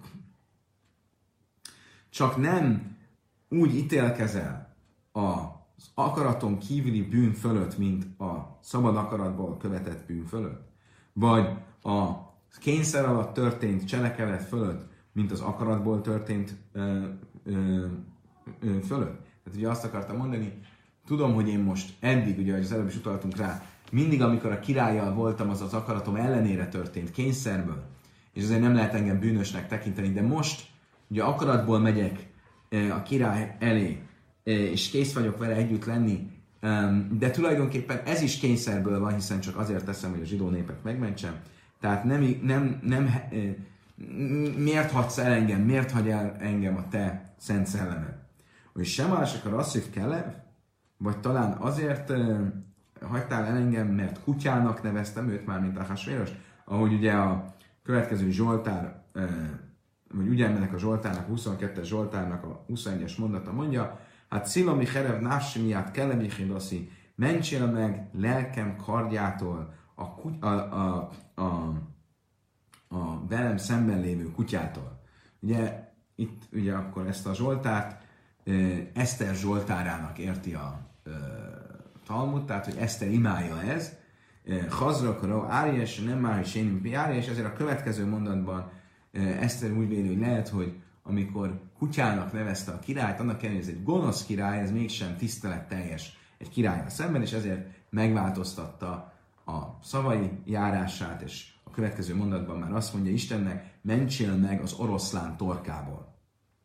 Speaker 1: Csak nem úgy ítélkezel az akaraton kívüli bűn fölött, mint a szabad akaratból követett bűn fölött, vagy a kényszer alatt történt cselekedet fölött, mint az akaratból történt ö, ö, ö, fölött. Tehát ugye azt akartam mondani, tudom, hogy én most eddig, ugye, az előbb is utaltunk rá, mindig, amikor a királlyal voltam, az az akaratom ellenére történt, kényszerből, és ezért nem lehet engem bűnösnek tekinteni, de most ugye akaratból megyek a király elé, és kész vagyok vele együtt lenni, de tulajdonképpen ez is kényszerből van, hiszen csak azért teszem, hogy a zsidó népet megmentsem. Tehát nem, nem, nem miért hagysz el engem, miért hagy el engem a te szent szellemed? Hogy sem mások a rasszív Kelev, vagy talán azért hagytál el engem, mert kutyának neveztem őt már, mint Ahasvérost, ahogy ugye a következő Zsoltár, vagy ügyelmenek a Zsoltárnak, a huszonkettes Zsoltárnak a huszonegyes mondata mondja, hát Szilomi Herev Nássimiát Kelemi Hidoszi, mentsél meg lelkem kardjától a, a, a, a, a velem szemben lévő kutyától. Ugye itt ugye akkor ezt a Zsoltárt Eszter Zsoltárának érti a Talmud, tehát hogy Eszter imálja ez, Hazrakra, Áries, nem már, hogy Sénim Piári, és ezért a következő mondatban Eszter úgy véli, hogy lehet, hogy amikor kutyának nevezte a királyt, annak ellenére, hogy ez egy gonosz király, ez mégsem tiszteletteljes egy királlyal szemben, és ezért megváltoztatta a szavai járását, és a következő mondatban már azt mondja Istennek, mentsél meg az oroszlán torkából.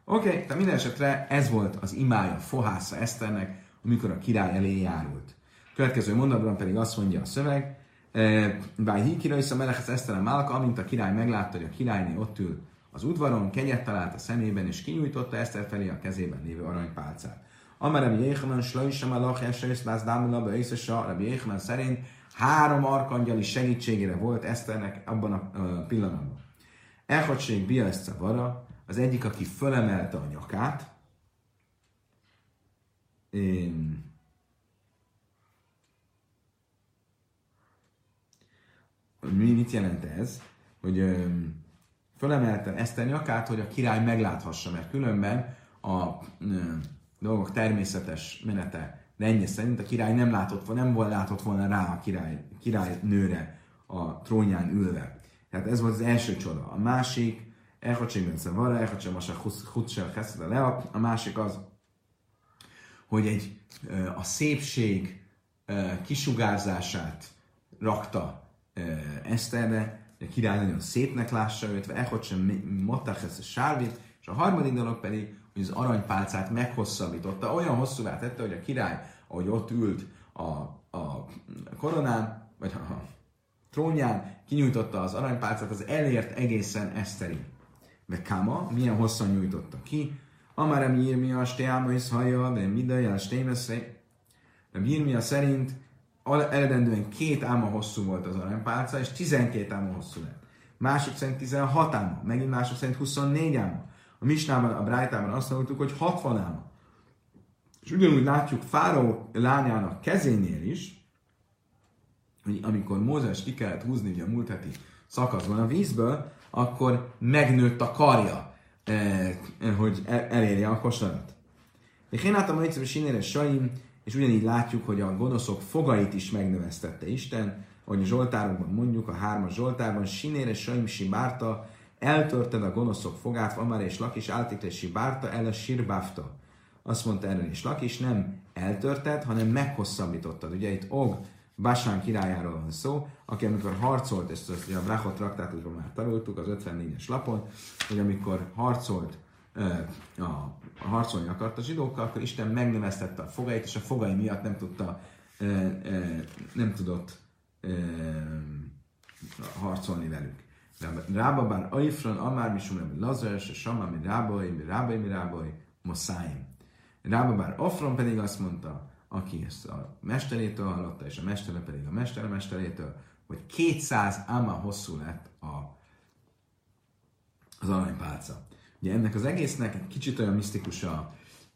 Speaker 1: Oké, okay, tehát minden esetre ez volt az imája, fohásza Eszternek, amikor a király elé járult. Következő mondatban pedig azt mondja a szöveg, Báj híkira is a Melech Eszter a Málka, amint a király meglátta, hogy a királyné ott ül az udvaron, kegyet talált a szemében, és kinyújtotta Eszter felé a kezében lévő aranypálcát. Amár Rabbi Jéhanan, Slajsa Malach, Esősz, Lász, Dámulaba, Észesa, Rabbi Jéhanan szerint három arkangyali segítségére volt Eszternek abban a pillanatban. Elhadség Bia Eszcavara, az egyik, aki fölemelte a nyakát. Én... Mi, mit jelent ez? Hogy öm, fölemelte Eszter nyakát, hogy a király megláthassa, mert különben a öm, dolgok természetes menete rendje szerint a király nem látott, nem volna látott volna rá a király, király nőre a trónján ülve. Tehát ez volt az első csoda. A másik, elhagységben szavara, elhagységben a hutsel kezdte le. A másik az, hogy egy, a szépség kisugárzását rakta Eszterre, hogy a király nagyon szépnek lássa őt, vagy elhagységben matach ezt a sárvit, és a harmadik dolog pedig, hogy az aranypálcát meghosszabbította, olyan hosszúvá tette, hogy a király, ahogy ott ült a, a koronán, vagy a, a trónján, kinyújtotta az aranypálcát, az elért egészen Eszterig. De Káma, milyen hosszan nyújtotta ki? Amára Jirmia, Stéáma is hallja, de Midaja, Stémeszre. De Jirmia szerint eredendően két áma hosszú volt az aranypálca, és tizenkét áma hosszú lett. Mások szerint tizenhat áma, megint mások szerint huszonnégy áma. A Misnában, a Brájtában azt mondtuk, hogy hatvan áma. És ugyanúgy látjuk Fáraó lányának kezénél is, hogy amikor Mózes ki kellett húzni ugye a múlt heti szakaszban a vízből, akkor megnőtt a karja, eh, hogy elérje a kosarat. És én láttam, hogy egyszerűen sinére saim, és ugyanígy látjuk, hogy a gonoszok fogait is megnövesztette Isten, ahogy a Zsoltárokban mondjuk, a hármas Zsoltárban, sinére saim sibárta, eltörted a gonoszok fogát, Amár és Lakis áltikre sibárta, el a sirbáfta. Azt mondta erről is Lakis, nem eltörted, hanem meghosszabbítottad. Ugye itt Og, Basán királyáról van szó, aki amikor harcolt, ezt a Brachot traktátusban már tanultuk az ötvennégyes lapon, hogy amikor harcolt, a, a harcolni akart a zsidókkal, akkor Isten megnövesztette a fogait, és a fogai miatt nem tudta, nem tudott harcolni velük. Rába bár Aifron, Amár Misum Rabbi Lazar, se Sama mi Rábai, mi Rábai, mi Rábai, Moszáim. Rába bár Afron pedig azt mondta, aki ezt a mesterétől hallotta, és a mestere pedig a mestere mesterétől, hogy kétszáz áma hosszú lett a, az aranypálca. Ugye ennek az egésznek egy kicsit olyan misztikus a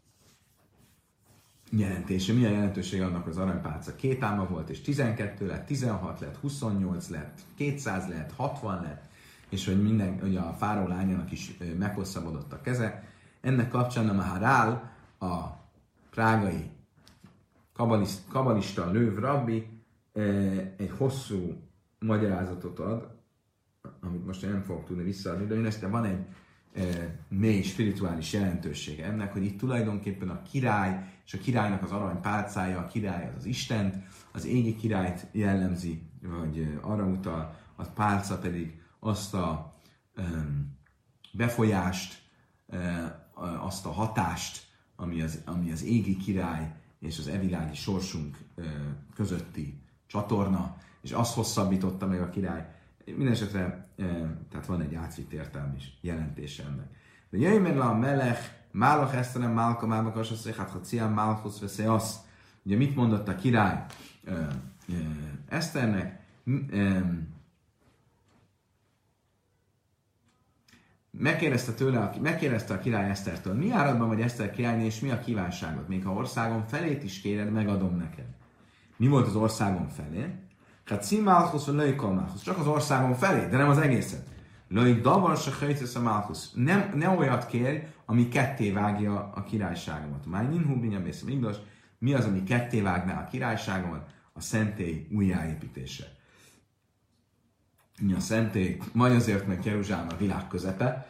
Speaker 1: jelentése. Mi a jelentőség annak, hogy az aranypálca két áma volt, és tizenkettő lett, tizenhat lett, huszonnyolc lett, kétszáz lett, hatvan lett, és hogy minden, hogy a Fáraó lányának is meghosszabbodott a keze. Ennek kapcsán a Maharál, a prágai kabalista, kabalista Löv rabbi egy hosszú magyarázatot ad, amit most én nem fogok tudni visszaadni, de mindestben van egy mély spirituális jelentősége ennek, hogy itt tulajdonképpen a király és a királynak az aranypálcája, a király az az Istent, az égi királyt jellemzi, vagy arra utal, a pálca pedig azt a um, befolyást, uh, azt a hatást, ami az, ami az égi király és az evilági sorsunk uh, közötti csatorna, és azt hosszabbította meg a király. Mindenesetre, uh, tehát van egy átvitt értelmi jelentése ennek. De jöjjön meg le a melech, Málach Eszterem, Málka, Málka, Kassaszék, hát ha Cián, Málkusz, veszély az. Ugye mit mondott a király uh, uh, Eszternek? Um, Megkérdezte tőle, megkérdezte a király Esztertől, mi áradban vagy Eszter királyné, és mi a kívánságod? Még ha országom felét is kéred, megadom neked. Mi volt az országom felé? Hát színmálkusz, vagy löjkolmálkusz. Csak az országom felé, de nem az egészet. Löjk davar se hajtesz a málkusz. Nem, ne olyat kérj, ami ketté vágja a királyságomat. Máj ninhú binyabész migdos. Mi az, ami ketté vágná a királyságomat? A szentély újjáépítése. A szentély, majd azért, mert Jeruzsálem a világ közepe,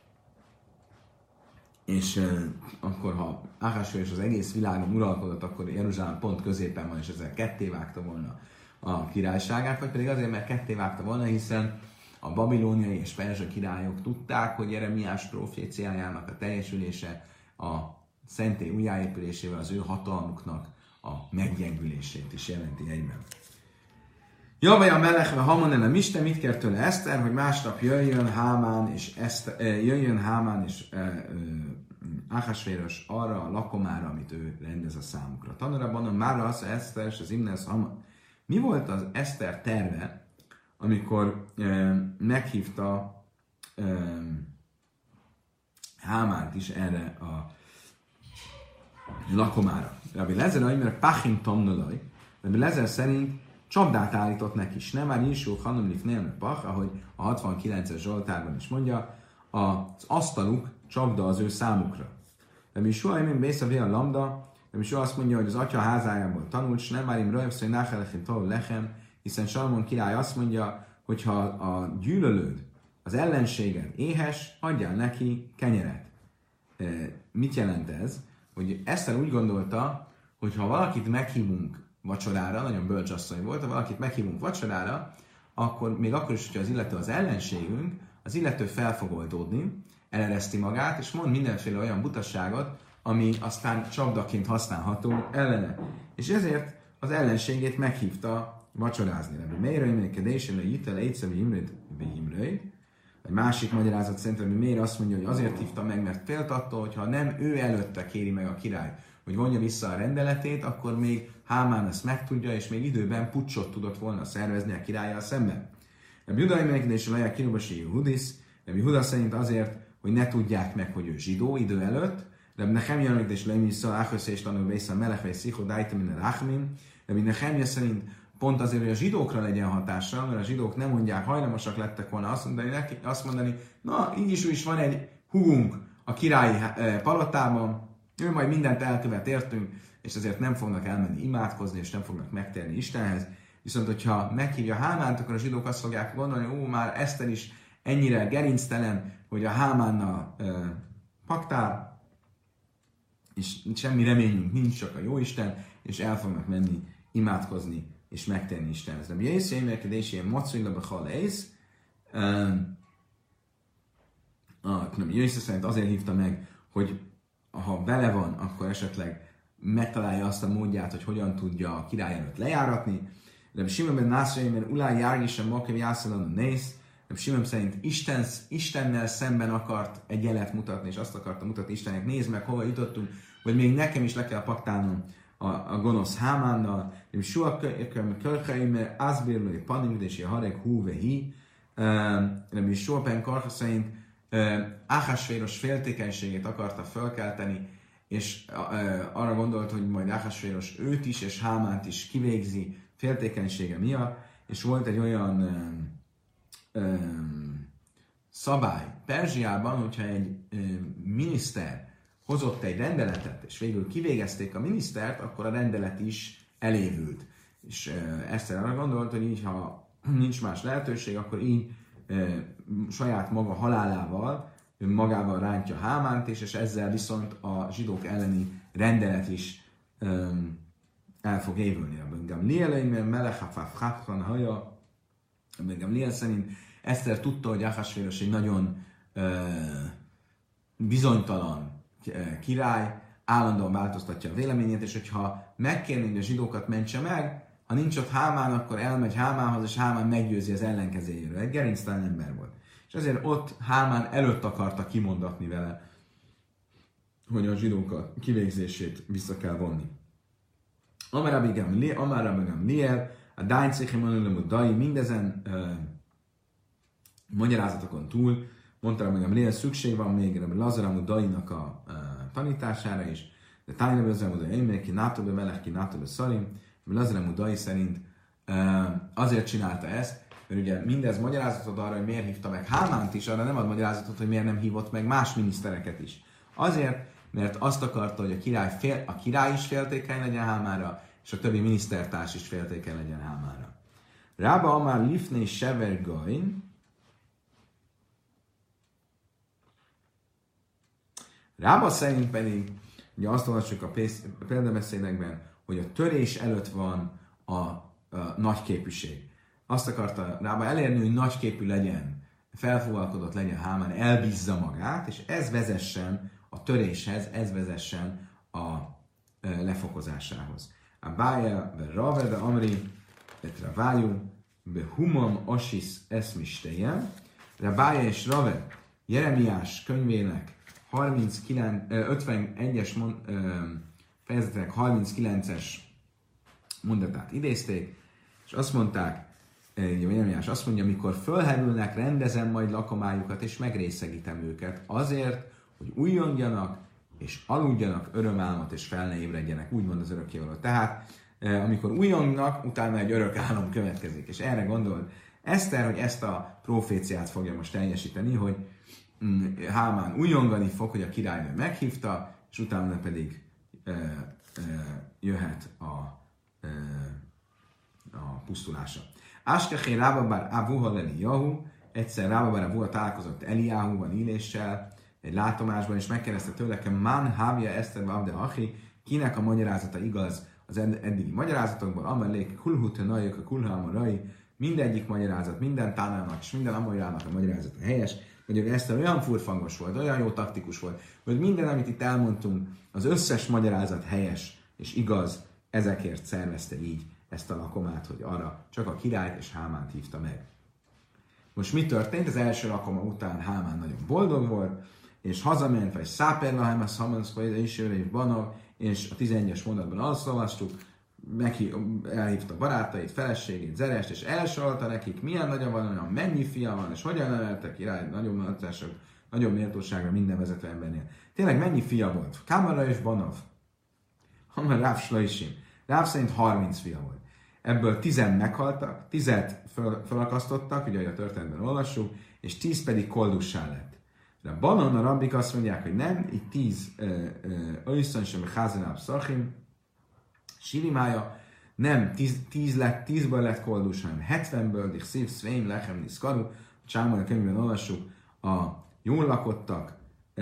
Speaker 1: és uh, akkor, ha Ahasvérosz az egész világon uralkodott, akkor Jeruzsálem pont középen van, és ezzel ketté vágta volna a királyságát, vagy pedig azért, mert ketté vágta volna, hiszen a babilóniai és perzsa királyok tudták, hogy Jeremiás proféciájának a teljesülése a szentély újjáépülésével az ő hatalmuknak a meggyengülését is jelenti egyben. Javaj a melechve Haman a Miste, mit kér tőle Eszter, hogy másnap jöjjön Hámán és, Eszter, jöjjön Hámán és Ahasvéros arra a lakomára, amit ő rendez a számukra. Tanulában már az Eszter és az Imnes Haman. Mi volt az Eszter terve, amikor e, meghívta e, Hámánt is erre a lakomára? Rabbi Lezer, mert Pachim Tomnolaj, Rabbi Lezer szerint csapdát állított neki is. Nem már Yisú Hanum Lifnél Pach, ahogy a hatvankilences Zsoltárban is mondja, az asztaluk csapda az ő számukra. Rabbi Yisú, én Bészavé a Lambda, Rabbi Yisú azt mondja, hogy az atya házájából tanult, s nem már im Rajvszai Náchelechim Tol Lechem, hiszen Salomon király azt mondja, hogy ha a gyűlölőd, az ellenséged éhes, adjál neki kenyeret. E, mit jelent ez? Hogy Eszter úgy gondolta, hogy ha valakit meghívunk vacsorára, nagyon bölcs asszony volt, ha valakit meghívunk vacsorára, akkor még akkor is, hogyha az illető az ellenségünk, az illető fel fog oldódni, elereszti magát, és mond mindenféle olyan butasságot, ami aztán csapdaként használható ellene. És ezért az ellenségét meghívta vacsorázni. Rabbi Meir emelkedésén, hogy itt el egyszerű imrőd, imrőd. Egy másik magyarázat szerint Rabbi Meir azt mondja, hogy azért hívta meg, mert félt attól, hogyha nem ő előtte kéri meg a király, hogy vonja vissza a rendeletét, akkor még Hámán ezt megtudja, és még időben puccsot tudott volna szervezni a királlyal szemben. Rabbi Juda emelkedésén lejjel kirubasi Judisz, Rabbi Juda szerint azért, hogy ne tudják meg, hogy ő zsidó idő előtt, Rabbi Nehemja emelkedésén lejjel vissza, Áhosz és tanul Bészan Melech, vagy Szichó, Dájta, minden Ráhmin. Rabbi Nehemja szerint pont azért, hogy a zsidókra legyen hatással, mert a zsidók nem mondják, hajlamosak lettek volna azt mondani, neki, azt mondani, na, így is úgy is van egy húgunk a királyi palotában, ő majd mindent elkövet értünk, és ezért nem fognak elmenni imádkozni, és nem fognak megtérni Istenhez. Viszont, hogyha meghívja Hámánt, akkor a zsidók azt fogják gondolni, ó, már Eszter is ennyire gerinctelen, hogy a Hámánnal e, paktál, és semmi reményünk nincs, csak a Jóisten, és el fognak menni imádkozni, és megtérni Istenhez. De Jézus émelkedés ilyen macujla bechal ész. Jézus szerint azért hívta meg, hogy ha bele van, akkor esetleg megtalálja azt a módját, hogy hogyan tudja a király előtt lejáratni. De Simon ben Nászrai, mert Ulá Járgisen Makev Jászalon néz. De Simon szerint Isten, Istennel szemben akart egy jelet mutatni, és azt akarta mutatni Istennek, nézd meg, hova jutottunk, hogy még nekem is le kell paktálnom a, a gonosz Hámánnal. De Suha Kölcheim, Ázbérlői Paningdési Hareg Húvehi. De Suha Ben Karha szerint Ahasvéros féltékenységét akarta felkelteni, és arra gondolt, hogy majd Ahasvéros őt is, és Hámánt is kivégzi féltékenysége miatt, és volt egy olyan um, um, szabály Perzsiában, hogyha egy um, miniszter hozott egy rendeletet, és végül kivégezték a minisztert, akkor a rendelet is elévült. És uh, Eszter arra gondolt, hogy így, ha nincs más lehetőség, akkor így uh, saját maga halálával magával rántja Hámánt, és, és ezzel viszont a zsidók elleni rendelet is um, el fog évülni. A Gamliel, mert Melechafaf Hafhan haja, a Gamliel szerint Eszter tudta, hogy Ahasvéros egy nagyon uh, bizonytalan király, állandóan változtatja a véleményét, és hogyha megkérni, hogy a zsidókat mentse meg, ha nincs ott Hámán, akkor elmegy Hámánhoz, és Hámán meggyőzi az ellenkezéjéről. Egy gerinctelen ember volt. És ezért ott Hámán előtt akarta kimondatni vele, hogy a zsidókat kivégzését vissza kell vonni. Amár Rabbi Gamliel, a Dány Céchim Dai, mindezen uh, magyarázatokon túl, mondta Rabbi Gamliel, szükség van még Rabbi Lazar Dainak a uh, tanítására is, de Tány Rabbi Lazar Dai, én ki nátóbe melech, ki nátóbe szarim, Rabbi Lazar Dai szerint uh, azért csinálta ezt, mert ugye mindez magyarázatot arra, hogy miért hívta meg Hámánt is, arra nem ad magyarázatot, hogy miért nem hívott meg más minisztereket is. Azért, mert azt akarta, hogy a király, fél, a király is féltékeny legyen Hámára, és a többi minisztertárs is féltékeny legyen Hámára. Rába Amár Lifnei Sever Gain. Rába szerint pedig, ugye azt olvassuk a példabeszédekben, hogy a törés előtt van a, a nagy képűség. azt akarta Rába elérni, hogy nagyképű legyen, felfúvalkodott legyen Hámán, elbízza magát, és ez vezessen a töréshez, ez vezessen a e, lefokozásához. A bája, be rave, be amri, etre vájú, be humam asis eszmistejem. Rabája és Rave Jeremiás könyvének harminckilenc, ötvenegyes fejezetek harminckilences mondatát idézték, és azt mondták, Jeremiás azt mondja, amikor fölherülnek, rendezem majd lakomájukat, és megrészegítem őket azért, hogy újjongjanak, és aludjanak örömálmot, és fel ne ébredjenek, úgymond az örökkévaló. Tehát, amikor újjongnak, utána egy örök álom következik, és erre gondolt Eszter, hogy ezt a proféciát fogja most teljesíteni, hogy Hámán újongani fog, hogy a királynő meghívta, és utána pedig e, e, jöhet a, e, a pusztulása. Áskechén Rábabár Avuha Eliyahu, egyszer Rábabár Avuha találkozott Eliyahuban, Iléssel, egy látomásban, és megkérdezte tőle, Man Hávja Eszter Abde Achi, kinek a magyarázata igaz az eddigi magyarázatokból, Amelék Kulhut Najök, a Kulhalmarai, mindegyik magyarázat, minden tánának és minden amorának a magyarázata helyes, hogy Eszter olyan furfangos volt, olyan jó taktikus volt, hogy minden, amit itt elmondtunk, az összes magyarázat helyes és igaz, ezekért szervezte így ezt a lakomát, hogy arra csak a királyt és Hámánt hívta meg. Most mi történt? Az első lakoma után Hámán nagyon boldog volt, és hazament, vagy Száperlahem, a Szamanszkoida is és Banav, és a tizenegyes mondatban azt olvastuk, elhívta barátait, feleségét, Zerest, és elsorolta nekik, milyen nagyja van, olyan mennyi fia van, és hogyan neveltek király, nagyobb méltóság, nagyobb méltóságra minden vezető embernél. Tényleg mennyi fia volt? Kámara és Banav. Hamar Ráv Slaisim. Ráv szerint harminc fia volt. Ebből tizen meghaltak, tizet föl, felakasztottak, ugye a történetben olvassuk, és tíz pedig koldussá lett. De a Banon a rabbik azt mondják, hogy nem, itt tíz Öjszön sem Házenáb Szachim, Sirimája, nem tíz, tíz lett, tízből lett koldus, hanem hetvenből, és szív, szvém, lechem, niszkaru, a Csámon a könyvben olvassuk, a jól lakottak e,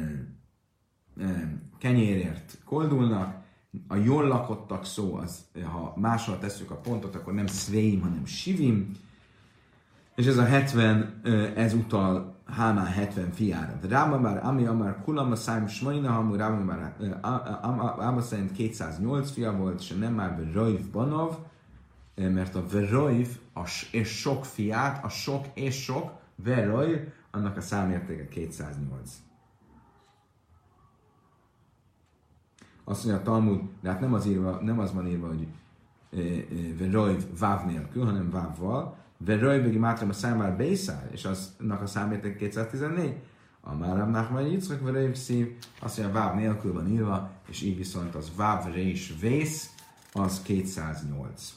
Speaker 1: e, kenyérért koldulnak, a jól lakottak szó, az, ha máshol tesszük a pontot, akkor nem szvém, hanem sivim, és ez a hetven, ez utal Hámán hetven fiára. De Ráma már, ami amár kulam a szájm smaina, hamu Ráma már Ába szerint kétszáznyolc fia volt, és nem már Verojv Banav, mert a Verojv és sok fiát, a sok és sok, Verojv, annak a számértéke kétszáznyolc. Azt mondja a Talmud, de hát nem az, írva, nem az van írva, hogy Verojv váv nélkül, hanem vávval, Verojvegi Mátram a számára Bészár, és aznak a számérték kétszáztizennégy. A Máram Nachman Yitzchak Verojv szív, azt mondja, váv nélkül van írva, és így viszont az váv rés vész, az kétszáznyolc.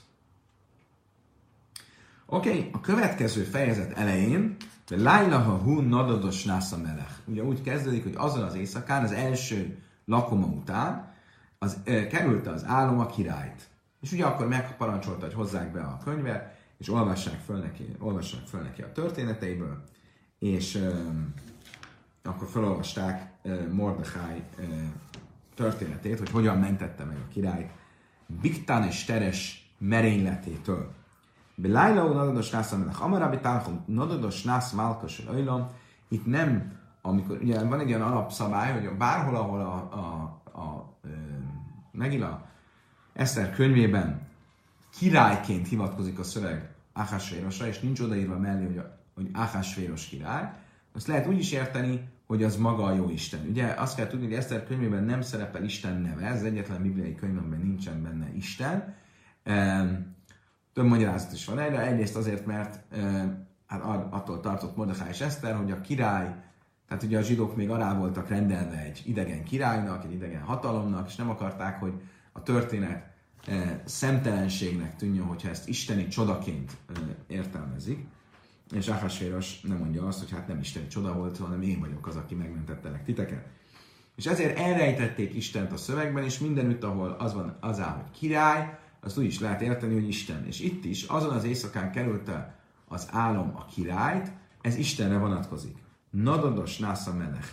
Speaker 1: Oké, okay, a következő fejezet elején, Lájlaha hu nadados násza melech. Ugye úgy kezdődik, hogy azon az éjszakán, az első lakoma után, az, e, kerülte az álom a királyt. És ugye akkor megparancsolta, hogy hozzák be a könyvet, és olvassák föl neki, olvassák föl neki a történeteiből, és um, akkor felolvasták uh, Mordechai uh, történetét, hogy hogyan mentette meg a királyt Bigtán és Teres merényletétől. Belájlaú nadados nász amelech amarabi tálchom nadados nász málkos öjlom. Itt nem, amikor, ugye van egy olyan alapszabály, hogy bárhol, ahol a, a, a, a Megila Eszter könyvében királyként hivatkozik a szöveg Ahasvérosra, és nincs odaírva mellé, hogy, hogy Ahasvéros király, azt lehet úgy is érteni, hogy az maga a jó Isten. Ugye azt kell tudni, hogy Eszter könyvében nem szerepel Isten neve, ez egyetlen bibliai könyvben nincsen benne Isten. Több magyarázat is van erre, egyrészt azért, mert hát attól tartott Mordechai és Eszter, hogy a király, tehát ugye a zsidók még alá voltak rendelve egy idegen királynak, egy idegen hatalomnak, és nem akarták, hogy a történet szemtelenségnek tűnjön, hogyha ezt isteni csodaként értelmezik. És Ahasvéros nem mondja azt, hogy hát nem isteni csoda volt, hanem én vagyok az, aki megmentettelek titeket. És ezért elrejtették Istent a szövegben, és mindenütt, ahol az van, az áll, hogy király, azt úgy is lehet érteni, hogy Isten. És itt is, azon az éjszakán került az álom a királyt, ez Istenre vonatkozik. Nadados násza melech.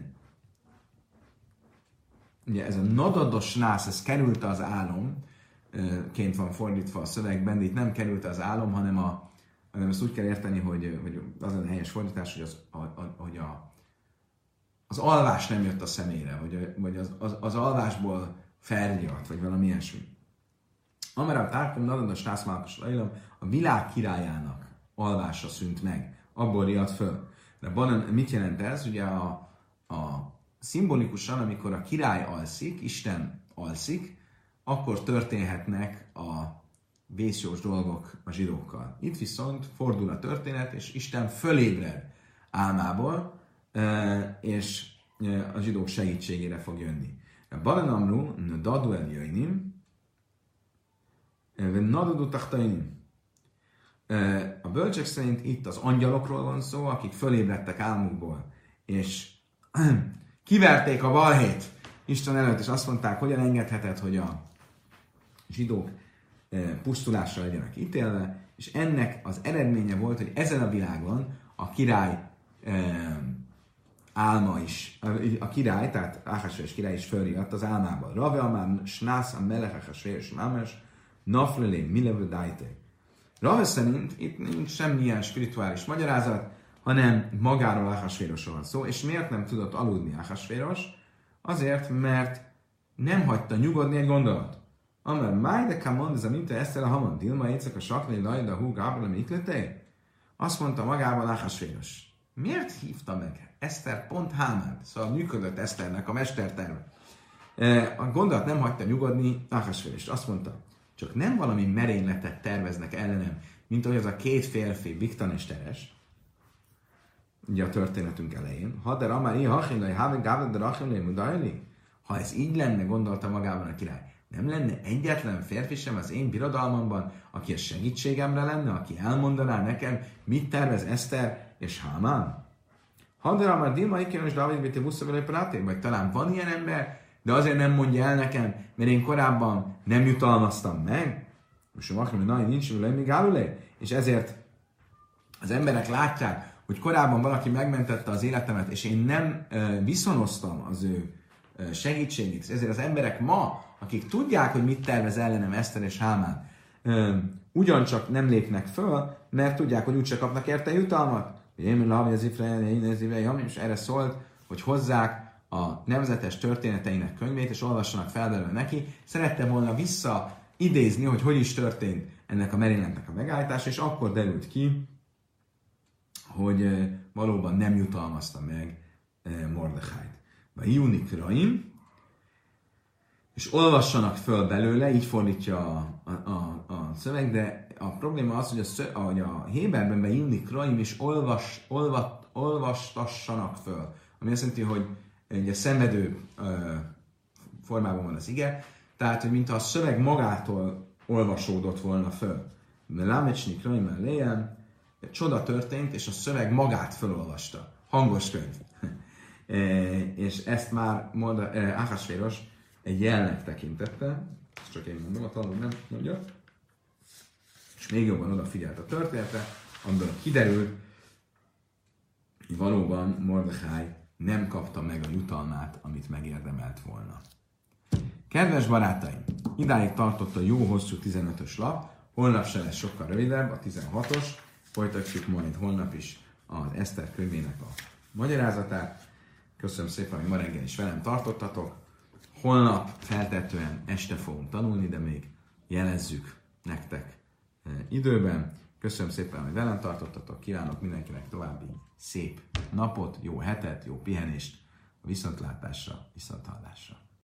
Speaker 1: Ugye ez a nadados nász, ez került az álom, ként van fordítva a szövegben, de itt nem került az álom, hanem, a, hanem ezt úgy kell érteni, hogy, hogy az a helyes fordítás, hogy, az, a, a, hogy a, az alvás nem jött a szemére, vagy, vagy az, az, az alvásból felriadt, vagy valami ilyesmi. Amerám tárkom, nadad a stászmálkos lejlom, a világ királyának alvása szűnt meg, abból riadt föl. De Banan, mit jelent ez? Ugye a, a szimbolikusan, amikor a király alszik, Isten alszik, akkor történhetnek a vészjós dolgok a zsidókkal. Itt viszont fordul a történet, és Isten fölébred álmából, és a zsidók segítségére fog jönni. Banan amru, dadu el jöjnim, nadadu tachtainim. A bölcsek szerint itt az angyalokról van szó, akik fölébredtek álmukból, és kiverték a balhét Isten előtt, és azt mondták, hogyan engedheted, hogy a zsidók pusztulásra legyenek ítélve, és ennek az eredménye volt, hogy ezen a világon a király álma is, a király, tehát Ahasverés király is fölriadt az álmában. Rave amár snász a melech Ahasverés mámes, naflelé milevő dájté. Rave szerint itt nincs semmilyen spirituális magyarázat, hanem magáról Ahasvérosról van szó, és miért nem tudott aludni Ahasvéros? Azért, mert nem hagyta nyugodni egy gondolat. Amár májde kamond, ez a minta Eszter a hamon, Dilma éjszak a saknai lajda hú gábra mikleté? Azt mondta magában Ahasvéros. Miért hívta meg Eszter pont Hámánt? Szóval működött Eszternek a mesterterve. A gondolat nem hagyta nyugodni Ahasvérust. Azt mondta, csak nem valami merényletet terveznek ellenem, mint ahogy az a két férfi, Bigtan és Teres, ugye a történetünk elején. Ha de ramár ilyen hachinai, háve gávad de rachinai mudajli? Ha ez így lenne, gondolta magában a király, nem lenne egyetlen férfi sem az én birodalmamban, aki a segítségemre lenne, aki elmondaná nekem, mit tervez Eszter és Hámán? Ha de ramár Dilma Ikénos Dávid Béti Buszavele Praté, vagy talán van ilyen ember, de azért nem mondja el nekem, mert én korábban nem jutalmaztam meg. Most a makrom, hogy nagy nincs, még állulé. És ezért az emberek látják, hogy korábban valaki megmentette az életemet, és én nem uh, viszonoztam az ő uh, segítségét. Ezért az emberek ma, akik tudják, hogy mit tervez ellenem Eszter és Hámán, uh, ugyancsak nem lépnek föl, mert tudják, hogy úgyse kapnak érte jutalmat. És erre szólt, hogy hozzák a nemzetes történeteinek könyvét, és olvassanak fel belőle neki. Szerettem volna vissza idézni, hogy hogy is történt ennek a merényletnek a megállítása, és akkor derült ki, hogy valóban nem jutalmazta meg Mordechájt. Vagy Júnik Raim, és olvassanak föl belőle, így fordítja a, a, a, a szöveg, de a probléma az, hogy a, szö, hogy a Héberben be Júnik Raim is olvas, olvat, olvastassanak föl. Ami azt jelenti, hogy ugye szenvedő ö, formában van az ige, tehát, hogy mintha a szöveg magától olvasódott volna föl. Lámecsnik Raim elején, csoda történt, és a szöveg magát felolvasta. Hangos könyv. e, és ezt már e, Ahasvéros egy jelnek tekintette, ezt csak én mondom, a tanul nem mondja, és még jobban odafigyelt a történetre, amiből kiderült, hogy valóban Mordecháj nem kapta meg a jutalmát, amit megérdemelt volna. Kedves barátaim, idáig tartott a jó hosszú tizenötös lap, holnap se lesz sokkal rövidebb, a tizenhatos, folytatjuk majd holnap is az Eszter könyvének a magyarázatát. Köszönöm szépen, hogy ma reggel is velem tartottatok. Holnap feltetően este fogunk tanulni, de még jelezzük nektek e, időben. Köszönöm szépen, hogy velem tartottatok. Kívánok mindenkinek további szép napot, jó hetet, jó pihenést, a viszontlátásra, viszonthallásra.